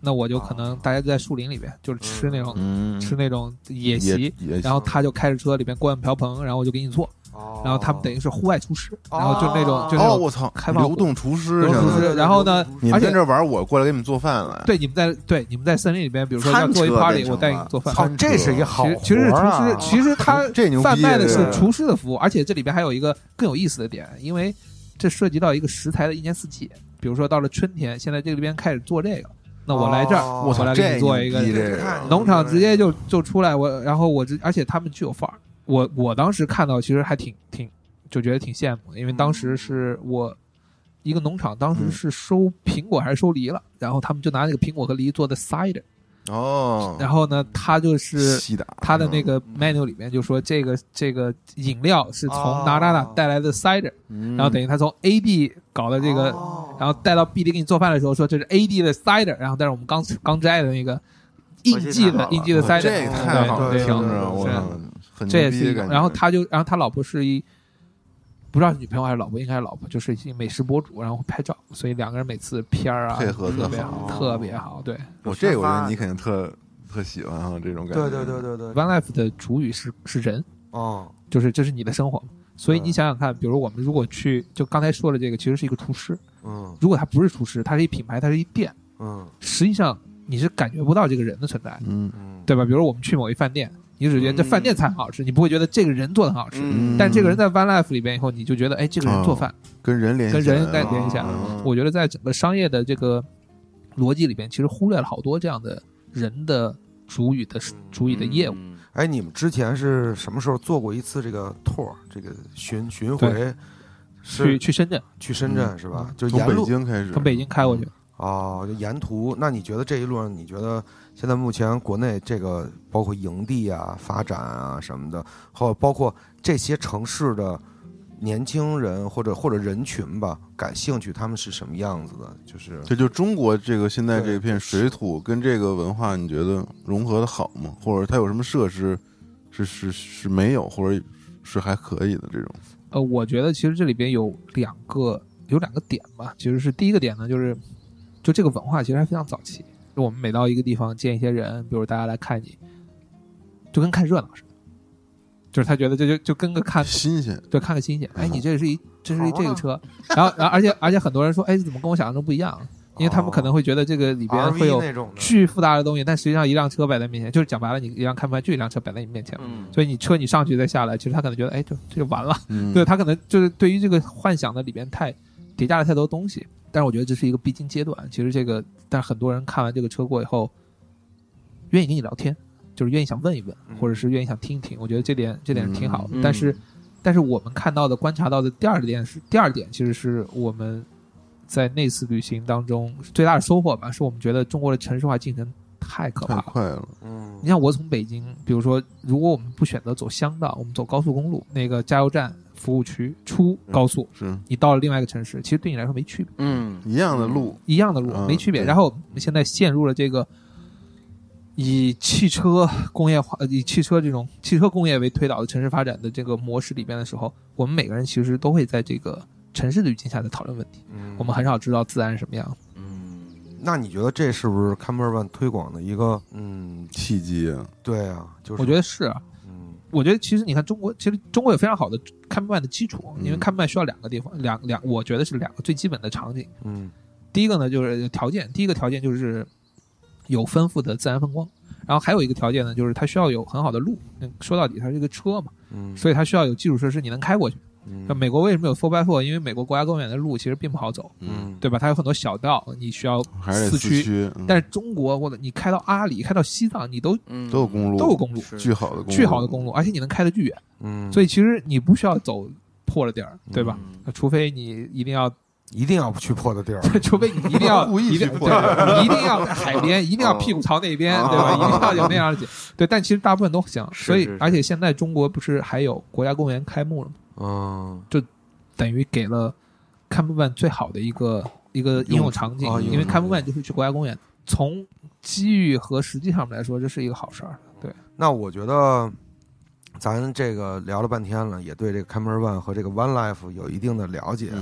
那我就可能大家都在树林里边，就是吃那种、 嗯、 吃那种野席， 野然后他就开着车里边关瓢盆，然后我就给你做。然后他们等于是户外厨师，然后就那种就那种哦，我操， 开放流动厨师， 流动厨师。然后呢， 你们在这玩，我过来给你们做饭来。 对，你们在对你们在森林里边，比如说要做一 party， 我带你做饭。 哦，这是一个好活、啊。 其实厨师，其实他贩卖的是厨师的服务，而且这里边还有一个更有意思的点，因为这涉及到一个食材的一年四季。比如说到了春天，现在这边开始做这个。那我来这儿， 哦、 我来给你做一个，农场直接就就出来，我然后我而且他们具有范儿。我我当时看到其实还挺挺就觉得挺羡慕的，因为当时是我一个农场，当时是收苹果还是收梨了，然后他们就拿那个苹果和梨做的 cider。 哦， 然后呢，他就是他的那个 menu 里面就说这个这个饮料是从哪哪哪带来的 cider，、嗯、然后等于他从 A D 搞的这个，哦、然后带到 B D 给你做饭的时候说这是 A D 的 cider， 然后但是我们刚刚摘的那个应季的应季的 cider， 这太好听了，我很这也是一个。然后他就然后他老婆是一不知道是女朋友还是老婆，应该是老婆，就是一美食博主，然后拍照，所以两个人每次片儿啊配合特别好，特别好。对， 我这个我觉得你肯定特特喜欢啊，这种感觉。 对对对对对 ，One Life 的主语是是人哦， 就是这是你的生活，所以你想想看，比如我们如果去，就刚才说的这个，其实是一个厨师， 嗯， 如果他不是厨师，他是一品牌，他是一店， 嗯， 实际上你是感觉不到这个人的存在， 嗯， 对吧？比如我们去某一饭店。你只觉得这饭店菜很好吃，嗯、你不会觉得这个人做的很好吃，嗯、但这个人在 One Life 里边以后，你就觉得哎，这个人做饭、哦、 跟人联系跟人联系起来。哦、我觉得在整个商业的这个逻辑里边，其实忽略了好多这样的人的主语的主语的业务。 嗯、哎，你们之前是什么时候做过一次这个 tour 这个巡巡回？ 去去深圳， 去深圳、嗯、是吧？就沿路从北京开始， 从北京开过去。 哦，就沿途。那你觉得这一路上，你觉得现在目前国内这个包括营地啊、发展啊什么的，或包括这些城市的年轻人或者或者人群吧，感兴趣，他们是什么样子的？就是这就中国这个现在这片水土跟这个文化，你觉得融合的好吗？或者它有什么设施是是是没有，或者是还可以的这种？ 呃，我觉得其实这里边有两个有两个点吧，其实是第一个点呢，就是。就这个文化其实还非常早期，就我们每到一个地方见一些人，比如大家来看你，就跟看热闹似的，就是他觉得这就就跟个看新鲜， 对，看个新鲜。哎，你这是一这是一这个车，然后然后而且而且很多人说，哎，怎么跟我想象中不一样？因为他们可能会觉得这个里边会有巨复杂的东西，但实际上一辆车摆在面前，就是讲白了，你一辆看不完就一辆车摆在你面前， 嗯、 所以你车你上去再下来，其实他可能觉得，哎，这这就完了， 嗯、 对他可能就是对于这个幻想的里边太叠加了太多东西。但是我觉得这是一个必经阶段。其实这个，但是很多人看完这个车过以后，愿意跟你聊天，就是愿意想问一问，或者是愿意想听一听。我觉得这点这点是挺好的。 嗯、 但是，但是我们看到的、观察到的第二点是，第二点其实是我们在那次旅行当中最大的收获吧，是我们觉得中国的城市化进程太可怕了， 太快了。 嗯， 你像我从北京，比如说，如果我们不选择走乡道，我们走高速公路，那个加油站。服务区出高速， 是你到了另外一个城市，其实对你来说没区别， 嗯， 一样的路， 一样的路，没区别。然后我们现在陷入了这个以汽车工业化、以汽车这种汽车工业为推导的城市发展的这个模式里边的时候，我们每个人其实都会在这个城市的语境下在讨论问题， 嗯， 我们很少知道自然是什么样。 嗯，那你觉得这是不是 Campervan 推广的一个嗯契机啊？ 对啊，就是我觉得是啊。我觉得其实你看中国，其实中国有非常好的看不惯的基础，因为看不惯需要两个地方，两两，我觉得是两个最基本的场景。 嗯， 第一个呢就是条件，第一个条件就是有丰富的自然风光，然后还有一个条件呢就是它需要有很好的路。说到底它是一个车嘛， 嗯， 所以它需要有基础设施，你能开过去。 嗯， 美国为什么有 four by four？ 因为美国国家公园的路其实并不好走， 嗯， 对吧？它有很多小道，你需要四驱。 嗯、 但是中国或者你开到阿里、开到西藏，你都、 嗯、 都有公路， 都有公路， 巨好的公路， 巨好的公路，而且你能开得巨远。 嗯， 所以其实你不需要走破了地儿，对吧？ 嗯、 除非你一定要。 一定要去破的地儿， 除非你一定要故意去破， 你一定要在海边，一定要屁股朝那边，对吧？一定要有那样的景，对。但其实大部分都行，所以而且现在中国不是还有国家公园开幕了吗？ 嗯， 就等于给了 Campervan 最好的一个一个应用场景，因为 Campervan 就是去国家公园。从机遇和实际上面来说，这是一个好事儿。对， 那我觉得咱这个聊了半天了，也对这个 Campervan 和这个 One Life 有一定的了解。 嗯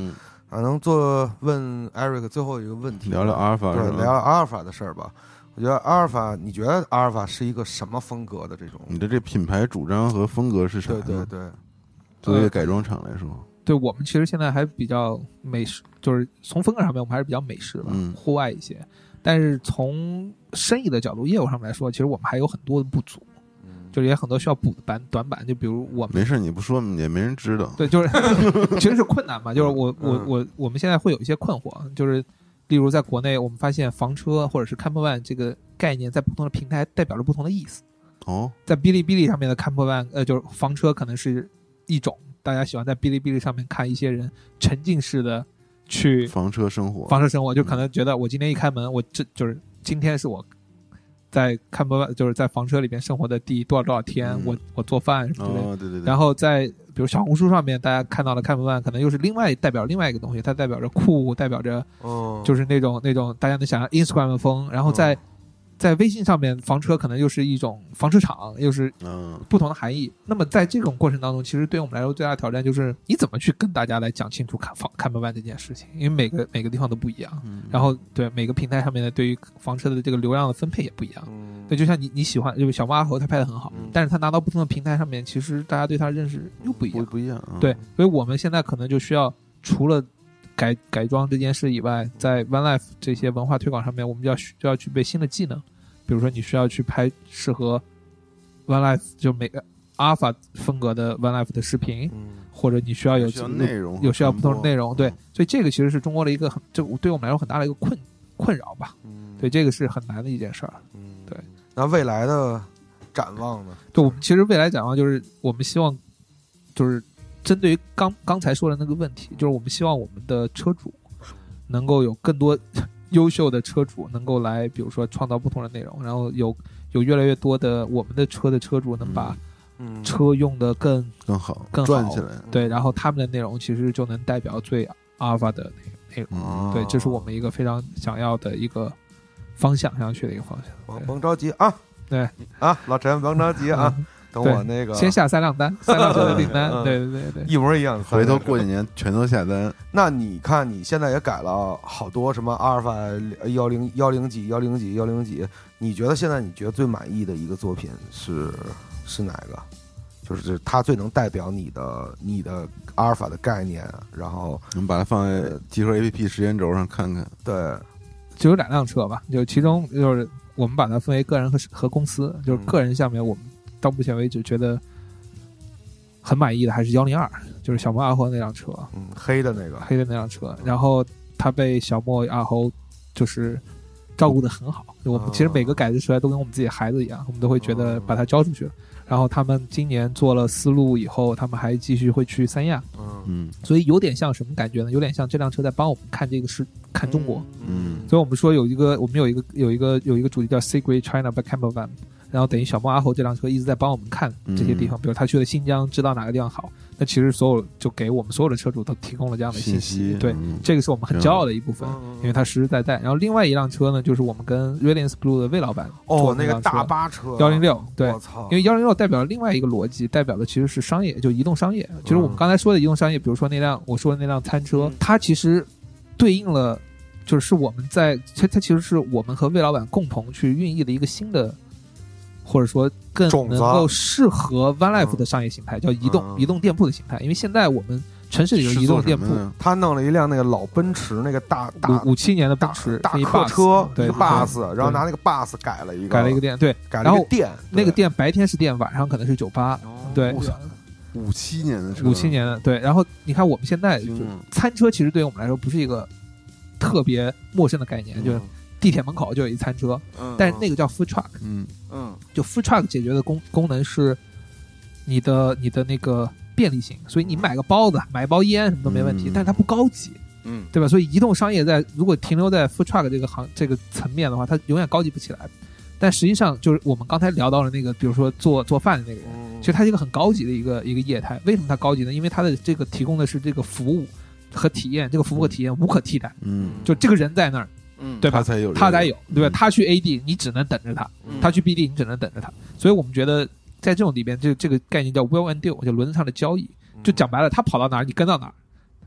啊，能做问 Eric 最后一个问题， 聊聊阿尔法， 对，聊聊阿尔法的事儿吧。我觉得阿尔法，你觉得阿尔法是一个什么风格的这种？ 你的这品牌主张和风格是啥？ 对对对， 作为一个改装厂来说， 对我们其实现在还比较美式，就是从风格上面我们还是比较美式吧， 嗯， 户外一些。但是从生意的角度、业务上面来说，其实我们还有很多的不足，就是也很多需要补的板短板。就比如我们没事，你不说也没人知道。 对，就是其实是困难嘛，就是我我我我们现在会有一些困惑，就是例如在国内，我们发现房车或者是 campervan 这个概念在不同的平台代表着不同的意思。 哦， 在哔哩哔哩上面的 campervan， 呃，就是房车可能是一种，大家喜欢在哔哩哔哩上面看一些人沉浸式的去房车生活， 房车生活，就可能觉得我今天一开门，我这就是今天是我在看播，就是在房车里边生活的第多少多少天，嗯、我我做饭什么之类的。 哦，对对对。 然后在比如小红书上面，大家看到的看播饭，可能又是另外代表另外一个东西，它代表着酷，代表着哦，就是那种那种大家能想象 Instagram 的风。然后在、哦、在微信上面，房车可能又是一种房车厂，又是不同的含义。嗯、那么在这种过程当中，其实对我们来说最大的挑战就是你怎么去跟大家来讲清楚看房看播饭这件事情，因为每个每个地方都不一样。嗯、然后对每个平台上面的对于房车的这个流量的分配也不一样。嗯、对，就像你你喜欢就是小猫阿猴，他拍的很好，嗯、但是他拿到不同的平台上面，其实大家对他的认识又不一样， 不不一样。嗯、 对，所以我们现在可能就需要除了改改装这件事以外，在 One Life 这些文化推广上面，我们就要需要具备新的技能。比如说你需要去拍适合 One Life 就每个 Alpha 风格的 One Life 的视频，嗯、或者你需要有需要内容， 有需要不同的内容，对，所以这个其实是中国的一个很，这对我们来说很大的一个困困扰吧，嗯，对，这个是很难的一件事儿，嗯，对。 那未来的展望呢？ 对，我们其实未来展望就是我们希望，就是针对于刚刚才说的那个问题，就是我们希望我们的车主能够有更多优秀的车主能够来，比如说创造不同的内容，然后有有越来越多的我们的车的车主能把车用的更更好、 更好转起来， 对，然后他们的内容其实就能代表最阿尔法的那个内容，哦、对，这是我们一个非常想要的一个方向，想要去的一个方向。 甭甭着急啊， 对啊，老陈甭着急啊。等我那个先下三辆单，三辆车的订单，对对对对， 一模一样。 回头过几年全都下单。 那你看你现在也改了好多什么阿尔法幺零幺零几幺零几幺零几，你觉得现在你觉得最满意的一个作品是是哪个？就是它最能代表你的你的阿尔法的概念，然后我们把它放在集合 A P P 时间轴上看看。 对， 就有两辆车吧，就其中就是我们把它分为个人和和公司，就是个人下面我们。到目前为止觉得很满意的还是幺零二，就是小莫阿猴那辆车， 嗯，黑的那个黑的那辆车，然后他被小莫阿猴就是照顾得很好，就我们其实每个改制出来都跟我们自己孩子一样，我们都会觉得把它交出去了。然后他们今年做了丝路以后，他们还继续会去三亚，嗯，所以有点像什么感觉呢？有点像这辆车在帮我们看这个是看中国，嗯，所以我们说有一个我们有一个有一个有一个主题叫 Secret China by Campervan。然后等于小莫阿猴这辆车一直在帮我们看这些地方，嗯、比如他去了新疆，知道哪个地方好，那其实所有就给我们所有的车主都提供了这样的信息。 信息对，嗯、这个是我们很骄傲的一部分，嗯、因为它实实在在。然后另外一辆车呢，就是我们跟 Radiance Blue 的魏老板哦，那个大巴车幺零六，对，因为幺零六代表了另外一个逻辑，代表的其实是商业，就移动商业。其实我们刚才说的移动商业，比如说那辆我说的那辆餐车，嗯、它其实对应了，就是我们在它它其实是我们和魏老板共同去孕育的一个新的。或者说更能够适合 One Life 的商业形态，叫移动、嗯、移动店铺的形态。因为现在我们城市里有移动店铺， 他弄了一辆那个老奔驰那个大大五七年的奔驰大客车，一个 bus， 然后拿那个 bus 改了一个改了一个店，对， 改了一个店， 那个店白天是店，晚上可能是酒吧，对。 五七年的车， 五七年的对。然后你看我们现在餐车，其实对于我们来说不是一个特别陌生的概念，就是。地铁门口就有一餐车，嗯、但是那个叫 food truck， 嗯嗯，就 food truck 解决的功功能是你的你的那个便利性，所以你买个包子、买一包烟什么都没问题，嗯、但是它不高级，嗯，对吧？所以移动商业在如果停留在 food truck 这个行这个层面的话，它永远高级不起来。但实际上就是我们刚才聊到了那个，比如说做做饭的那个人，其实它是一个很高级的一个一个业态。为什么它高级呢？因为它的这个提供的是这个服务和体验，这个服务和体验无可替代，嗯，就这个人在那儿。嗯，对吧？ 他才有， 他才有，对吧？他去 A D， 你只能等着他；嗯、他去 B D， 你只能等着他。所以我们觉得，在这种里边，这这个概念叫 will and do， 就轮子上的交易。就讲白了，他跑到哪儿，你跟到哪儿。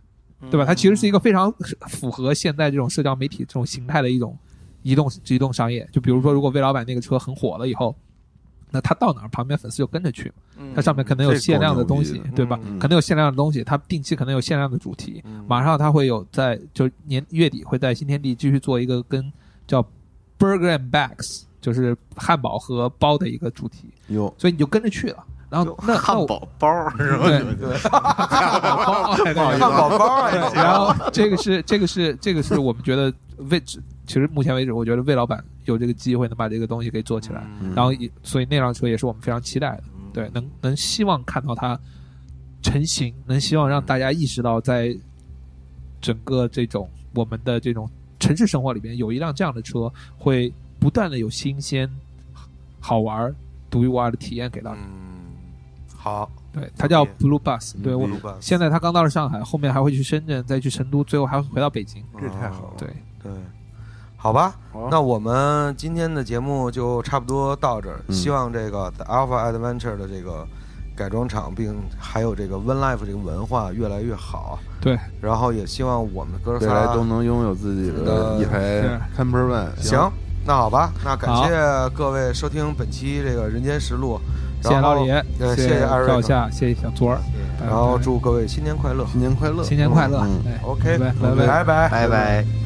对吧？它其实是一个非常符合现在这种社交媒体这种形态的一种移动移动商业。就比如说，如果魏老板那个车很火了以后，那他到哪儿旁边粉丝就跟着去，它上面可能有限量的东西，对吧？可能有限量的东西，它定期可能有限量的主题。马上它会有在就年月底会在新天地继续做一个跟叫 Burger and Bags， 就是汉堡和包的一个主题。 有， 所以你就跟着去了。然后那汉堡包是吧？ 对对，汉堡包，汉堡包。 然后这个是这个是这个是我们觉得魏，其实目前为止，我觉得魏老板有这个机会能把这个东西给做起来， 嗯、 然后所以那辆车也是我们非常期待的，对，能能希望看到它成型，能希望让大家意识到，在整个这种我们的这种城市生活里边，有一辆这样的车会不断的有新鲜、好玩、独一无二的体验给到你。 好， 对，它叫 Blue Bus， 对，我现在它刚到了上海，后面还会去深圳，再去成都，最后还会回到北京。 这太好了， 对对，好吧，那我们今天的节目就差不多到这儿。 嗯、 希望这个 The Alpha Adventure 的这个改装厂，并还有这个 One Life 这个文化越来越好。 对， 然后也希望我们哥仨未来都能拥有自己的一台 Camper Van。 行，那好吧，那感谢各位收听本期这个人间实录。 谢谢老李， 谢谢二位赵夏，谢谢小左儿， 然后祝各位新年快乐， 新年快乐， 新年快乐。 嗯 ，OK， 拜拜拜拜， 拜拜。